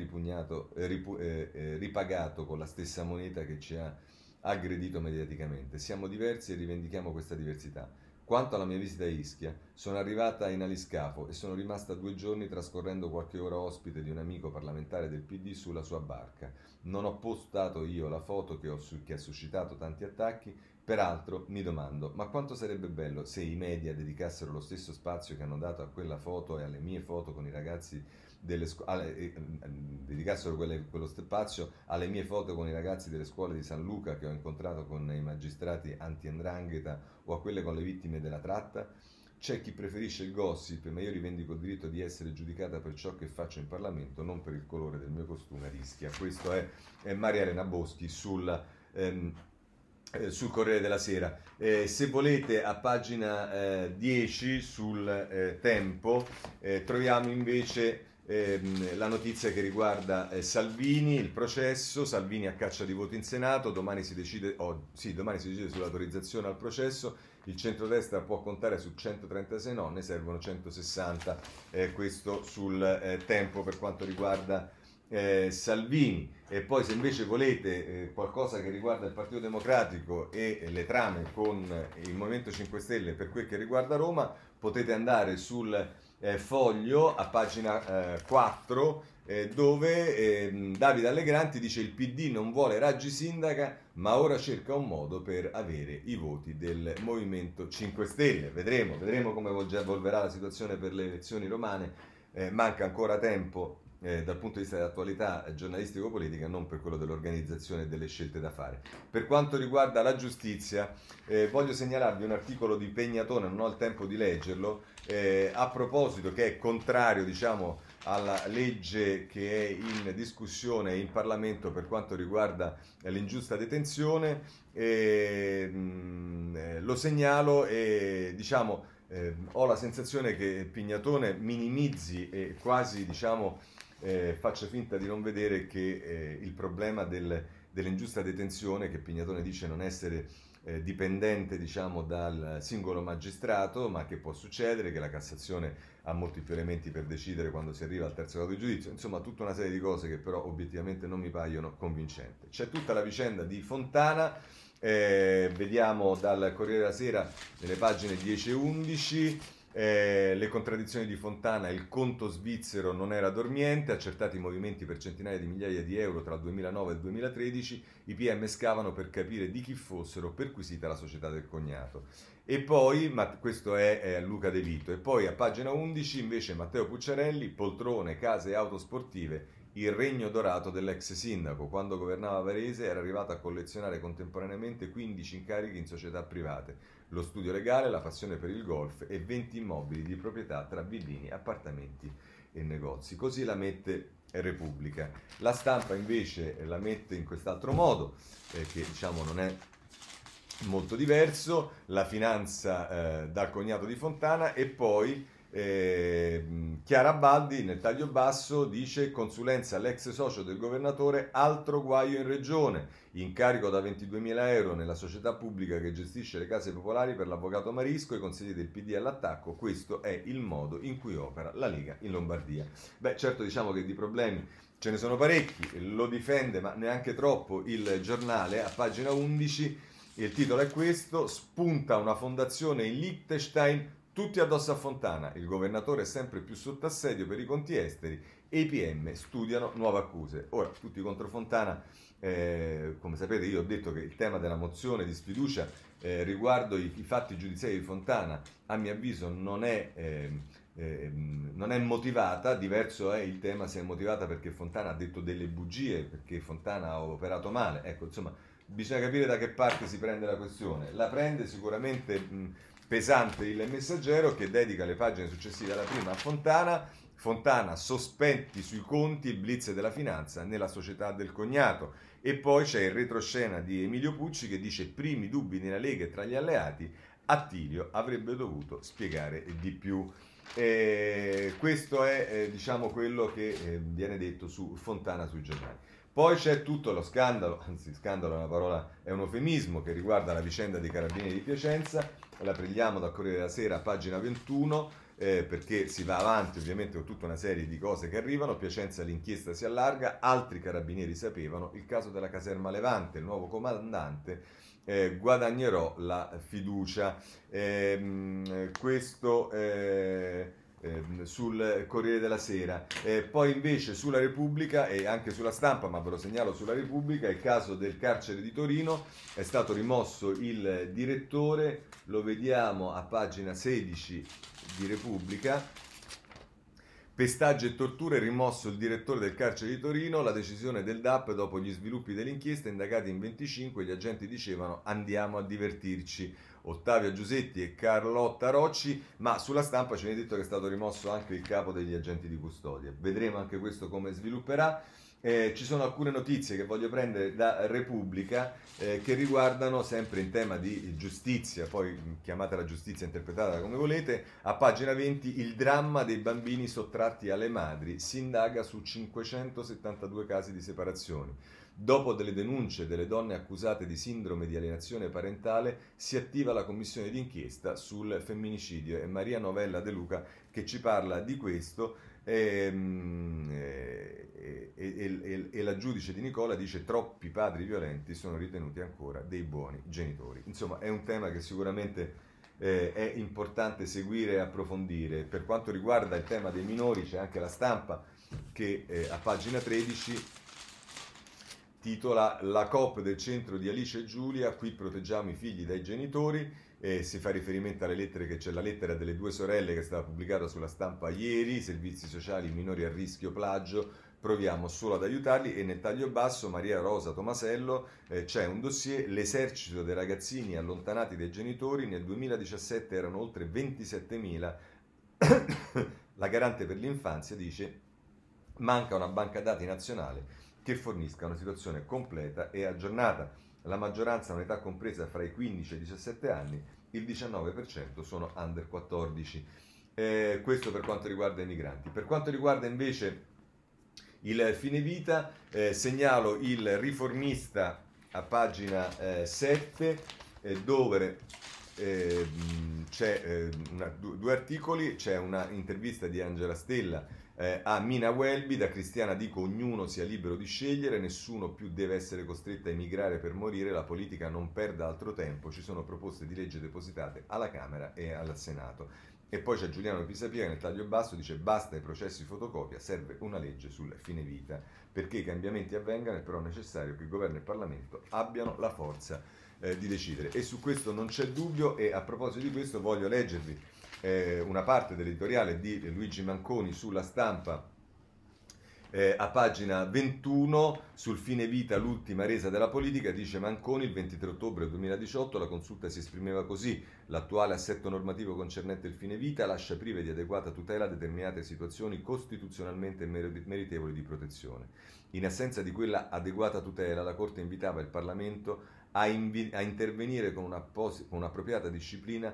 ripagato con la stessa moneta che ci ha aggredito mediaticamente. Siamo diversi e rivendichiamo questa diversità. Quanto alla mia visita a Ischia, sono arrivata in aliscafo e sono rimasta 2 giorni trascorrendo qualche ora ospite di un amico parlamentare del PD sulla sua barca. Non ho postato io la foto che ha suscitato tanti attacchi, peraltro mi domando, ma quanto sarebbe bello se i media dedicassero lo stesso spazio che hanno dato a quella foto e alle mie foto con i ragazzi dedicassero quello spazio alle mie foto con i ragazzi delle scuole di San Luca che ho incontrato con i magistrati anti-'ndrangheta o a quelle con le vittime della tratta. C'è chi preferisce il gossip, ma io rivendico il diritto di essere giudicata per ciò che faccio in Parlamento, non per il colore del mio costume a Ischia. Questo è Maria Elena Boschi sul Corriere della Sera. Se volete, a pagina 10 sul Tempo troviamo invece la notizia che riguarda Salvini, il processo, Salvini a caccia di voti in Senato, domani si decide sull'autorizzazione al processo, il centrodestra può contare su 136 no, ne servono 160, questo sul Tempo per quanto riguarda Salvini. E poi se invece volete qualcosa che riguarda il Partito Democratico e le trame con il Movimento 5 Stelle per quel che riguarda Roma, potete andare sul Foglio a pagina 4 dove Davide Allegranti dice il PD non vuole Raggi sindaca ma ora cerca un modo per avere i voti del Movimento 5 Stelle. Vedremo come evolverà la situazione per le elezioni romane, manca ancora tempo dal punto di vista dell'attualità giornalistico-politica, non per quello dell'organizzazione e delle scelte da fare. Per quanto riguarda la giustizia, voglio segnalarvi un articolo di Pegnatone, non ho il tempo di leggerlo, a proposito che è contrario, diciamo, alla legge che è in discussione in Parlamento per quanto riguarda l'ingiusta detenzione. Lo segnalo e diciamo ho la sensazione che Pignatone minimizzi e quasi diciamo faccia finta di non vedere che il problema dell'ingiusta detenzione, che Pignatone dice non essere dipendente diciamo dal singolo magistrato, ma che può succedere, che la Cassazione ha molti più elementi per decidere quando si arriva al terzo grado di giudizio, insomma tutta una serie di cose che però obiettivamente non mi paiono convincenti. C'è tutta la vicenda di Fontana, vediamo dal Corriere della Sera nelle pagine 10 e 11. Le contraddizioni di Fontana, il conto svizzero non era dormiente, accertati i movimenti per centinaia di migliaia di euro tra il 2009 e il 2013, i PM scavano per capire di chi fossero perquisita la società del cognato. E poi, ma questo è Luca De Vito, e poi a pagina 11 invece Matteo Pucciarelli, poltrone, case e auto sportive, il regno dorato dell'ex sindaco. Quando governava Varese era arrivato a collezionare contemporaneamente 15 incarichi in società private, lo studio legale, la passione per il golf e 20 immobili di proprietà tra villini, appartamenti e negozi. Così la mette Repubblica. La Stampa invece la mette in quest'altro modo, che diciamo non è molto diverso, la finanza dal cognato di Fontana, e poi Chiara Baldi nel taglio basso dice consulenza all'ex socio del governatore, altro guaio in regione, incarico da 22.000 euro nella società pubblica che gestisce le case popolari per l'avvocato Marisco, i consigli del PD all'attacco, questo è il modo in cui opera la Lega in Lombardia. Beh, certo, diciamo che di problemi ce ne sono parecchi, lo difende ma neanche troppo il giornale a pagina 11, il titolo è questo, spunta una fondazione in Liechtenstein, tutti addosso a Fontana, il governatore è sempre più sotto assedio per i conti esteri e i PM studiano nuove accuse. Ora, tutti contro Fontana, come sapete io ho detto che il tema della mozione di sfiducia riguardo i fatti giudiziari di Fontana, a mio avviso non è motivata, diverso è il tema se è motivata perché Fontana ha detto delle bugie, perché Fontana ha operato male, ecco, insomma, bisogna capire da che parte si prende la questione. La prende sicuramente pesante il Messaggero, che dedica le pagine successive alla prima a Fontana. Fontana, sospetti sui conti, il blitz della finanza nella società del cognato. E poi c'è il retroscena di Emilio Pucci che dice primi dubbi nella Lega e tra gli alleati, Attilio avrebbe dovuto spiegare di più. Questo è diciamo quello che viene detto su Fontana sui giornali. Poi c'è tutto lo scandalo, anzi scandalo è una parola, è un eufemismo, che riguarda la vicenda dei carabinieri di Piacenza. La prendiamo dal Corriere della Sera, pagina 21, perché si va avanti ovviamente con tutta una serie di cose che arrivano. Piacenza, l'inchiesta si allarga, altri carabinieri sapevano, il caso della caserma Levante, il nuovo comandante, guadagnerò la fiducia. Questo sul Corriere della Sera. Poi invece sulla Repubblica e anche sulla Stampa, ma ve lo segnalo sulla Repubblica, il caso del carcere di Torino, è stato rimosso il direttore, lo vediamo a pagina 16 di Repubblica. Pestaggio e torture, rimosso il direttore del carcere di Torino, la decisione del DAP dopo gli sviluppi dell'inchiesta, indagati in 25, gli agenti dicevano andiamo a divertirci. Ottavio Giusetti e Carlotta Rocci, ma sulla Stampa ci viene detto che è stato rimosso anche il capo degli agenti di custodia. Vedremo anche questo come svilupperà. Ci sono alcune notizie che voglio prendere da Repubblica che riguardano sempre in tema di giustizia, poi chiamate la giustizia interpretata come volete. A pagina 20 il dramma dei bambini sottratti alle madri, si indaga su 572 casi di separazioni. Dopo delle denunce delle donne accusate di sindrome di alienazione parentale, si attiva la commissione d'inchiesta sul femminicidio. È Maria Novella De Luca che ci parla di questo. E la giudice di Nicola dice troppi padri violenti sono ritenuti ancora dei buoni genitori. Insomma, è un tema che sicuramente è importante seguire e approfondire. Per quanto riguarda il tema dei minori, c'è anche la Stampa che a pagina 13 titola La COP del centro di Alice e Giulia, qui proteggiamo i figli dai genitori. Si fa riferimento alle lettere, che c'è la lettera delle due sorelle che è stata pubblicata sulla Stampa ieri, servizi sociali, minori a rischio plagio, proviamo solo ad aiutarli. E nel taglio basso Maria Rosa Tomasello c'è un dossier, l'esercito dei ragazzini allontanati dai genitori, nel 2017 erano oltre 27.000, la Garante per l'infanzia dice manca una banca dati nazionale che fornisca una situazione completa e aggiornata. La maggioranza ha un'età compresa fra i 15 e i 17 anni, il 19% sono under 14. Questo per quanto riguarda i migranti. Per quanto riguarda invece il fine vita, segnalo il Riformista a pagina 7, dove c'è due articoli, c'è una intervista di Angela Stella a Mina Welby, da cristiana dico ognuno sia libero di scegliere, nessuno più deve essere costretto a emigrare per morire, la politica non perda altro tempo, ci sono proposte di legge depositate alla Camera e al Senato. E poi c'è Giuliano Pisapia che nel taglio basso dice basta i processi fotocopia, serve una legge sul fine vita, perché i cambiamenti avvengano è però necessario che il governo e il Parlamento abbiano la forza di decidere. E su questo non c'è dubbio. E a proposito di questo voglio leggervi una parte dell'editoriale di Luigi Manconi sulla Stampa a pagina 21 sul fine vita, l'ultima resa della politica. Dice Manconi: il 23 ottobre 2018 la consulta si esprimeva così: l'attuale assetto normativo concernente il fine vita lascia prive di adeguata tutela determinate situazioni costituzionalmente meritevoli di protezione. In assenza di quella adeguata tutela, la Corte invitava il Parlamento a intervenire con un'appropriata disciplina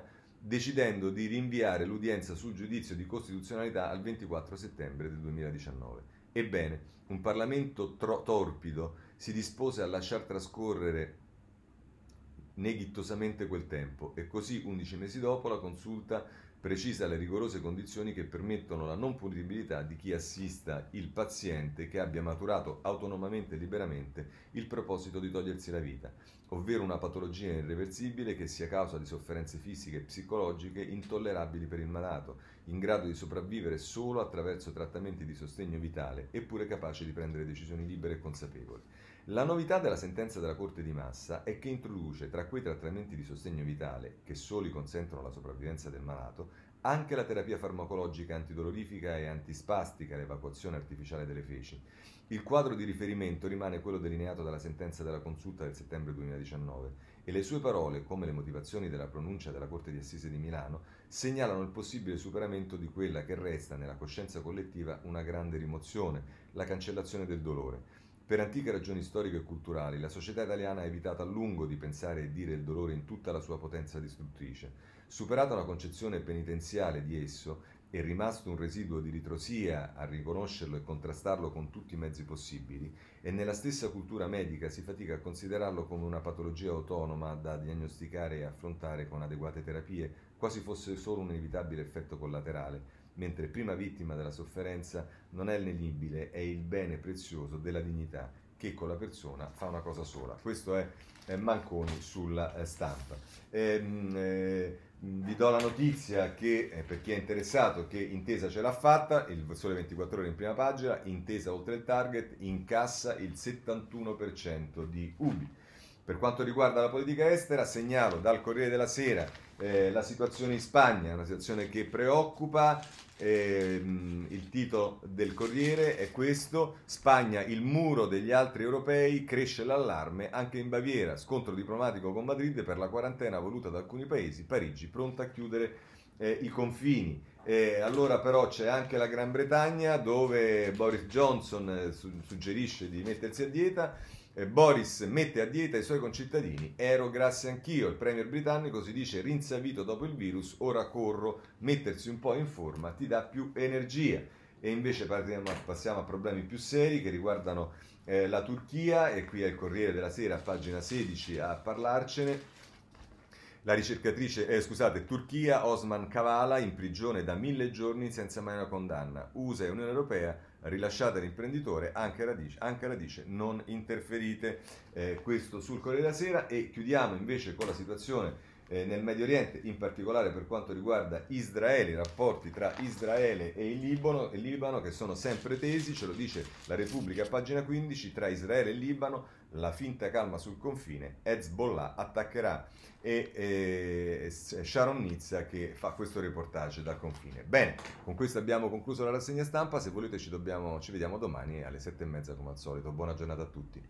decidendo di rinviare l'udienza sul giudizio di costituzionalità al 24 settembre del 2019. Ebbene, un Parlamento torpido si dispose a lasciar trascorrere neghittosamente quel tempo e così 11 mesi dopo la consulta precisa le rigorose condizioni che permettono la non punibilità di chi assista il paziente che abbia maturato autonomamente e liberamente il proposito di togliersi la vita, ovvero una patologia irreversibile che sia causa di sofferenze fisiche e psicologiche intollerabili per il malato, in grado di sopravvivere solo attraverso trattamenti di sostegno vitale, eppure capace di prendere decisioni libere e consapevoli. La novità della sentenza della Corte di Massa è che introduce tra quei trattamenti di sostegno vitale, che soli consentono la sopravvivenza del malato, anche la terapia farmacologica antidolorifica e antispastica e l'evacuazione artificiale delle feci. Il quadro di riferimento rimane quello delineato dalla sentenza della Consulta del settembre 2019 e le sue parole, come le motivazioni della pronuncia della Corte di Assise di Milano, segnalano il possibile superamento di quella che resta nella coscienza collettiva una grande rimozione, la cancellazione del dolore. Per antiche ragioni storiche e culturali, la società italiana ha evitato a lungo di pensare e dire il dolore in tutta la sua potenza distruttrice. Superata una concezione penitenziale di esso, è rimasto un residuo di ritrosia a riconoscerlo e contrastarlo con tutti i mezzi possibili, e nella stessa cultura medica si fatica a considerarlo come una patologia autonoma da diagnosticare e affrontare con adeguate terapie, quasi fosse solo un inevitabile effetto collaterale, mentre prima vittima della sofferenza non è l'enibile, è il bene prezioso della dignità che con la persona fa una cosa sola. Questo è Manconi sulla Stampa. Vi do la notizia che, per chi è interessato, che Intesa ce l'ha fatta, il Sole 24 Ore in prima pagina, Intesa oltre il target, incassa il 71% di UBI. Per quanto riguarda la politica estera, segnalo dal Corriere della Sera la situazione in Spagna, una situazione che preoccupa. Il titolo del Corriere è questo: Spagna, il muro degli altri europei, cresce l'allarme anche in Baviera, scontro diplomatico con Madrid per la quarantena voluta da alcuni paesi, Parigi pronta a chiudere i confini. Allora però c'è anche la Gran Bretagna, dove Boris Johnson suggerisce di mettersi a dieta. Boris mette a dieta i suoi concittadini, ero grasse anch'io, il premier britannico si dice rinsavito dopo il virus, ora corro, mettersi un po' in forma ti dà più energia. E invece passiamo a problemi più seri che riguardano la Turchia, e qui è il Corriere della Sera, pagina 16, a parlarcene. La ricercatrice, Turchia, Osman Kavala in prigione da 1000 giorni senza mai una condanna. USA e Unione Europea, rilasciate l'imprenditore, anche radice, non interferite. Questo sul Corriere della Sera. E chiudiamo invece con la situazione nel Medio Oriente, in particolare per quanto riguarda Israele, i rapporti tra Israele e il Libano che sono sempre tesi, ce lo dice la Repubblica a pagina 15, tra Israele e il Libano, la finta calma sul confine, Hezbollah attaccherà, e Sharon Nizza che fa questo reportage dal confine. Bene, con questo abbiamo concluso la rassegna stampa, se volete ci vediamo domani alle 7:30 come al solito. Buona giornata a tutti.